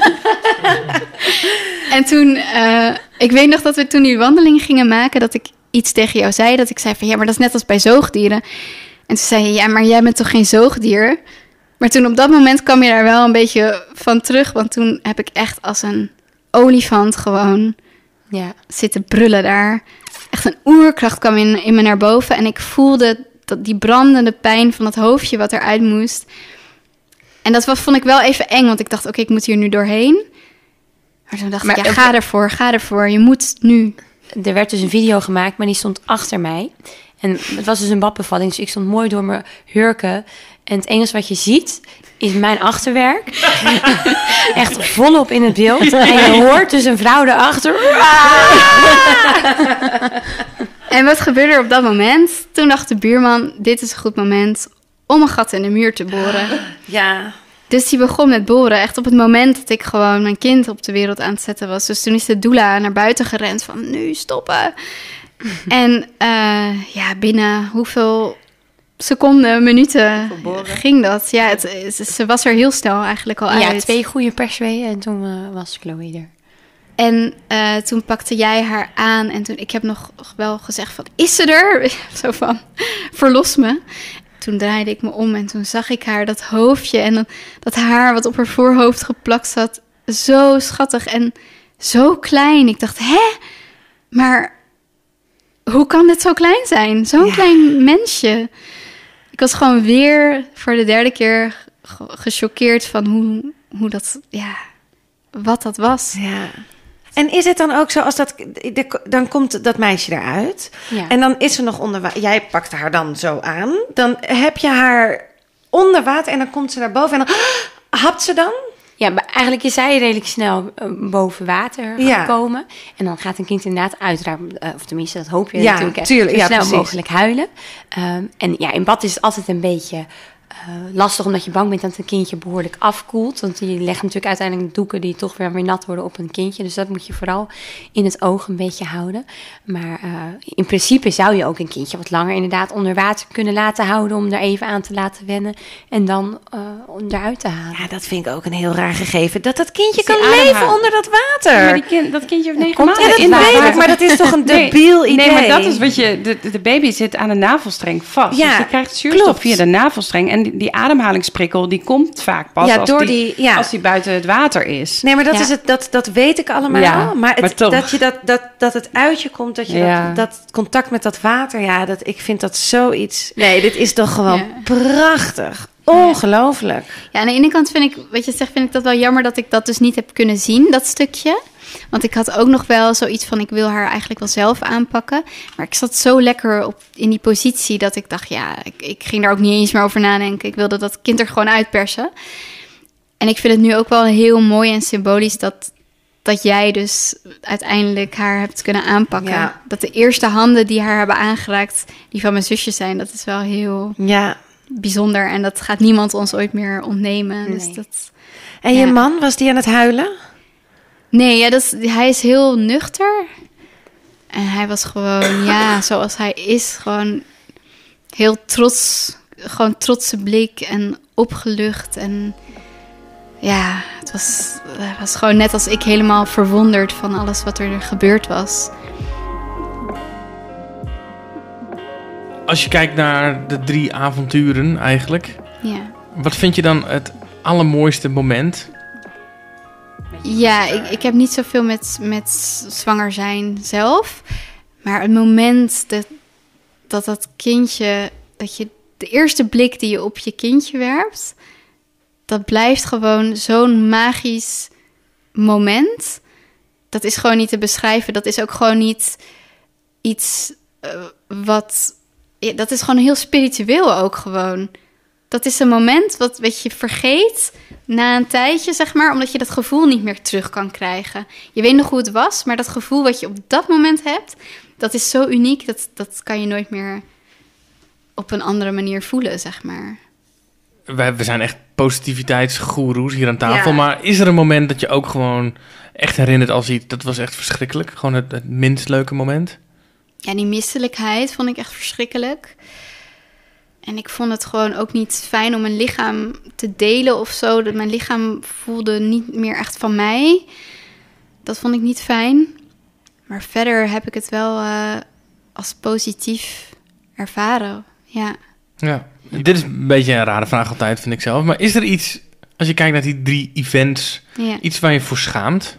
En toen, ik weet nog dat we toen die wandeling gingen maken, dat ik iets tegen jou zei, dat ik zei van, maar dat is net als bij zoogdieren. En toen zei je, maar jij bent toch geen zoogdier? Maar toen op dat moment kwam je daar wel een beetje van terug, want toen heb ik echt als een olifant gewoon zitten brullen daar. Echt een oerkracht kwam in me naar boven en ik voelde dat die brandende pijn van het hoofdje wat eruit moest. En dat vond ik wel even eng, want ik dacht, oké, ik moet hier nu doorheen. Maar toen dacht ik, ga ervoor, je moet nu. Er werd dus een video gemaakt, maar die stond achter mij. En het was dus een badbevalling, dus ik stond mooi door mijn hurken. En het enige wat je ziet, is mijn achterwerk. Echt volop in het beeld. En je hoort dus een vrouw erachter. En wat gebeurde er op dat moment? Toen dacht de buurman, dit is een goed moment om een gat in de muur te boren. Ja. Dus die begon met boren. Echt op het moment dat ik gewoon mijn kind op de wereld aan het zetten was. Dus toen is de doula naar buiten gerend van, nu stoppen. En binnen hoeveel seconden, minuten ging dat. Ja, ze was er heel snel eigenlijk al uit. Ja, 2 goede persweeën en toen was Chloe er. En toen pakte jij haar aan en toen, ik heb nog wel gezegd van, is ze er? Zo van, verlos me. Toen draaide ik me om en toen zag ik haar, dat hoofdje en dat haar wat op haar voorhoofd geplakt zat. Zo schattig en zo klein. Ik dacht, maar hoe kan dit zo klein zijn? Zo'n klein mensje. Ik was gewoon weer voor de 3e keer gechoqueerd van hoe dat, wat dat was. Ja. En is het dan ook zo als dan komt dat meisje eruit en dan is ze nog onder water. Jij pakt haar dan zo aan. Dan heb je haar onder water en dan komt ze naar boven en dan hapt ze dan? Ja, maar eigenlijk is zij redelijk snel boven water gekomen. En dan gaat een kind inderdaad uiteraard, of tenminste dat hoop je natuurlijk, zo snel mogelijk huilen. En in bad is het altijd een beetje lastig, omdat je bang bent dat een kindje behoorlijk afkoelt. Want die leggen natuurlijk uiteindelijk doeken die toch weer nat worden op een kindje. Dus dat moet je vooral in het oog een beetje houden. Maar in principe zou je ook een kindje wat langer inderdaad onder water kunnen laten houden, om er even aan te laten wennen en dan eruit te halen. Ja, dat vind ik ook een heel raar gegeven. Dat kindje kan leven onder dat water. Maar dat kindje heeft 9 maanden. Ja, dat weet ik, maar dat is toch een debiel idee. Nee, maar dat is wat de baby zit aan de navelstreng vast. Ja, dus je krijgt zuurstof via de navelstreng. En En die ademhalingsprikkel, die komt vaak pas als die buiten het water is. Nee, maar dat is het. Dat weet ik allemaal. Ja, maar dat het uit je komt, dat je dat contact met dat water, ik vind dat zoiets. Nee, dit is toch gewoon prachtig. Ongelooflijk. Ja, aan de ene kant vind ik dat wel jammer dat ik dat dus niet heb kunnen zien, dat stukje. Want ik had ook nog wel zoiets van, ik wil haar eigenlijk wel zelf aanpakken. Maar ik zat zo lekker in die positie dat ik dacht, ik ging daar ook niet eens meer over nadenken. Ik wilde dat kind er gewoon uitpersen. En ik vind het nu ook wel heel mooi en symbolisch dat jij dus uiteindelijk haar hebt kunnen aanpakken. Ja. Dat de eerste handen die haar hebben aangeraakt, die van mijn zusje zijn, dat is wel heel bijzonder. En dat gaat niemand ons ooit meer ontnemen. Nee. Dus dat, en je man, was die aan het huilen? Nee, hij is heel nuchter. En hij was gewoon, zoals hij is, gewoon heel trots. Gewoon trotse blik en opgelucht. En het was gewoon net als ik helemaal verwonderd van alles wat er gebeurd was. Als je kijkt naar de 3 avonturen eigenlijk. Ja. Wat vind je dan het allermooiste moment? Ja, ik heb niet zoveel met zwanger zijn zelf. Maar het moment dat kindje, dat je de eerste blik die je op je kindje werpt, dat blijft gewoon zo'n magisch moment. Dat is gewoon niet te beschrijven. Dat is ook gewoon niet iets dat is gewoon heel spiritueel ook gewoon. Dat is een moment wat je vergeet na een tijdje, zeg maar, omdat je dat gevoel niet meer terug kan krijgen. Je weet nog hoe het was, maar dat gevoel wat je op dat moment hebt, dat is zo uniek, dat kan je nooit meer op een andere manier voelen, zeg maar. We zijn echt positiviteitsgoeroes hier aan tafel, maar is er een moment dat je ook gewoon echt herinnert als iets, dat was echt verschrikkelijk? Gewoon het minst leuke moment? Ja, die misselijkheid vond ik echt verschrikkelijk. En ik vond het gewoon ook niet fijn om mijn lichaam te delen of zo. Dat mijn lichaam voelde niet meer echt van mij. Dat vond ik niet fijn. Maar verder heb ik het wel als positief ervaren. Ja. Dit is een beetje een rare vraag altijd, vind ik zelf. Maar is er iets, als je kijkt naar die 3 events, iets waar je voor schaamt?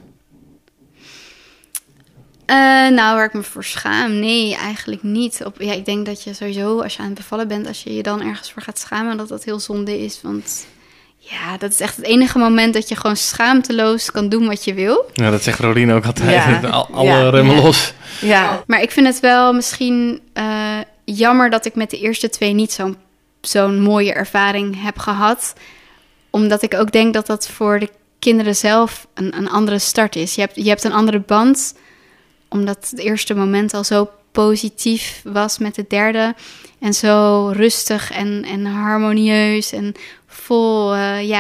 Waar ik me voor schaam? Nee, eigenlijk niet. Ik denk dat je sowieso, als je aan het bevallen bent, als je je dan ergens voor gaat schamen, dat heel zonde is. Want dat is echt het enige moment dat je gewoon schaamteloos kan doen wat je wil. Ja, dat zegt Rolien ook altijd. Alle remmen los. Ja. Maar ik vind het wel misschien jammer dat ik met de eerste 2 niet zo'n mooie ervaring heb gehad. Omdat ik ook denk dat voor de kinderen zelf een andere start is. Je hebt een andere band, omdat het eerste moment al zo positief was met de derde. En zo rustig en harmonieus en vol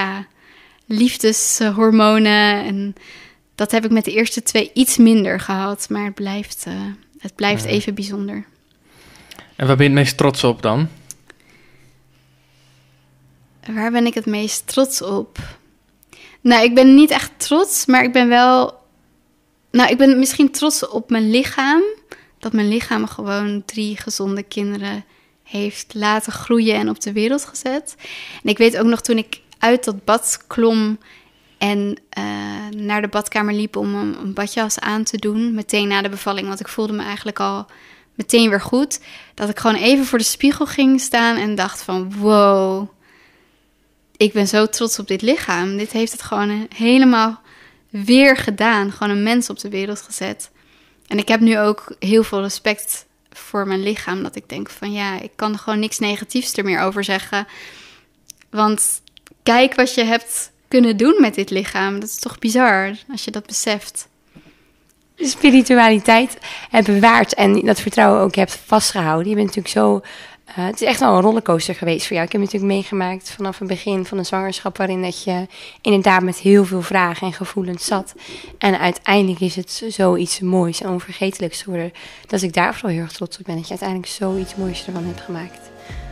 liefdeshormonen. En dat heb ik met de eerste 2 iets minder gehad. Maar het blijft even bijzonder. En waar ben je het meest trots op dan? Waar ben ik het meest trots op? Nou, ik ben niet echt trots, maar ik ben wel... Nou, ik ben misschien trots op mijn lichaam. Dat mijn lichaam gewoon 3 gezonde kinderen heeft laten groeien en op de wereld gezet. En ik weet ook nog toen ik uit dat bad klom en naar de badkamer liep om een badjas aan te doen, meteen na de bevalling, want ik voelde me eigenlijk al meteen weer goed, dat ik gewoon even voor de spiegel ging staan en dacht van wow, ik ben zo trots op dit lichaam. Dit heeft het gewoon helemaal weer gedaan. Gewoon een mens op de wereld gezet. En ik heb nu ook heel veel respect voor mijn lichaam. Dat ik denk van ik kan er gewoon niks negatiefs er meer over zeggen. Want kijk wat je hebt kunnen doen met dit lichaam. Dat is toch bizar als je dat beseft. De spiritualiteit hebt bewaard en dat vertrouwen ook hebt vastgehouden. Je bent natuurlijk zo... het is echt wel een rollercoaster geweest voor jou. Ik heb natuurlijk meegemaakt vanaf het begin van een zwangerschap, waarin dat je inderdaad met heel veel vragen en gevoelens zat. En uiteindelijk is het zoiets moois en onvergetelijks geworden, dat ik daar vooral heel erg trots op ben, dat je uiteindelijk zoiets moois ervan hebt gemaakt.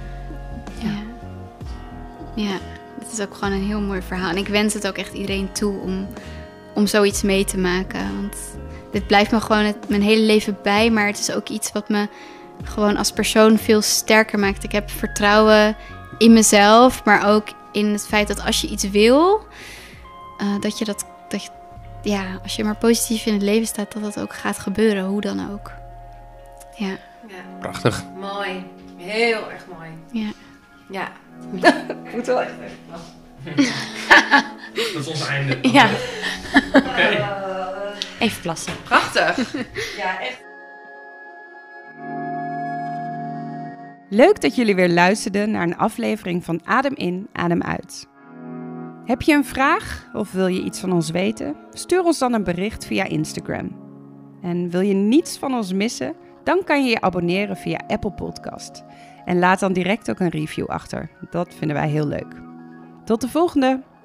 Ja, het is ook gewoon een heel mooi verhaal. En ik wens het ook echt iedereen toe om zoiets mee te maken. Want dit blijft me gewoon mijn hele leven bij, maar het is ook iets wat me gewoon als persoon veel sterker maakt. Ik heb vertrouwen in mezelf, maar ook in het feit dat als je iets wil, als je maar positief in het leven staat, dat dat ook gaat gebeuren, hoe dan ook. Ja. Prachtig. Mooi. Heel erg mooi. Ja. Ja. Moet wel echt. Dat is ons einde. Ja. Oké. Even plassen. Prachtig. Ja, echt. Leuk dat jullie weer luisterden naar een aflevering van Adem in, Adem uit. Heb je een vraag of wil je iets van ons weten? Stuur ons dan een bericht via Instagram. En wil je niets van ons missen? Dan kan je je abonneren via Apple Podcast. En laat dan direct ook een review achter. Dat vinden wij heel leuk. Tot de volgende!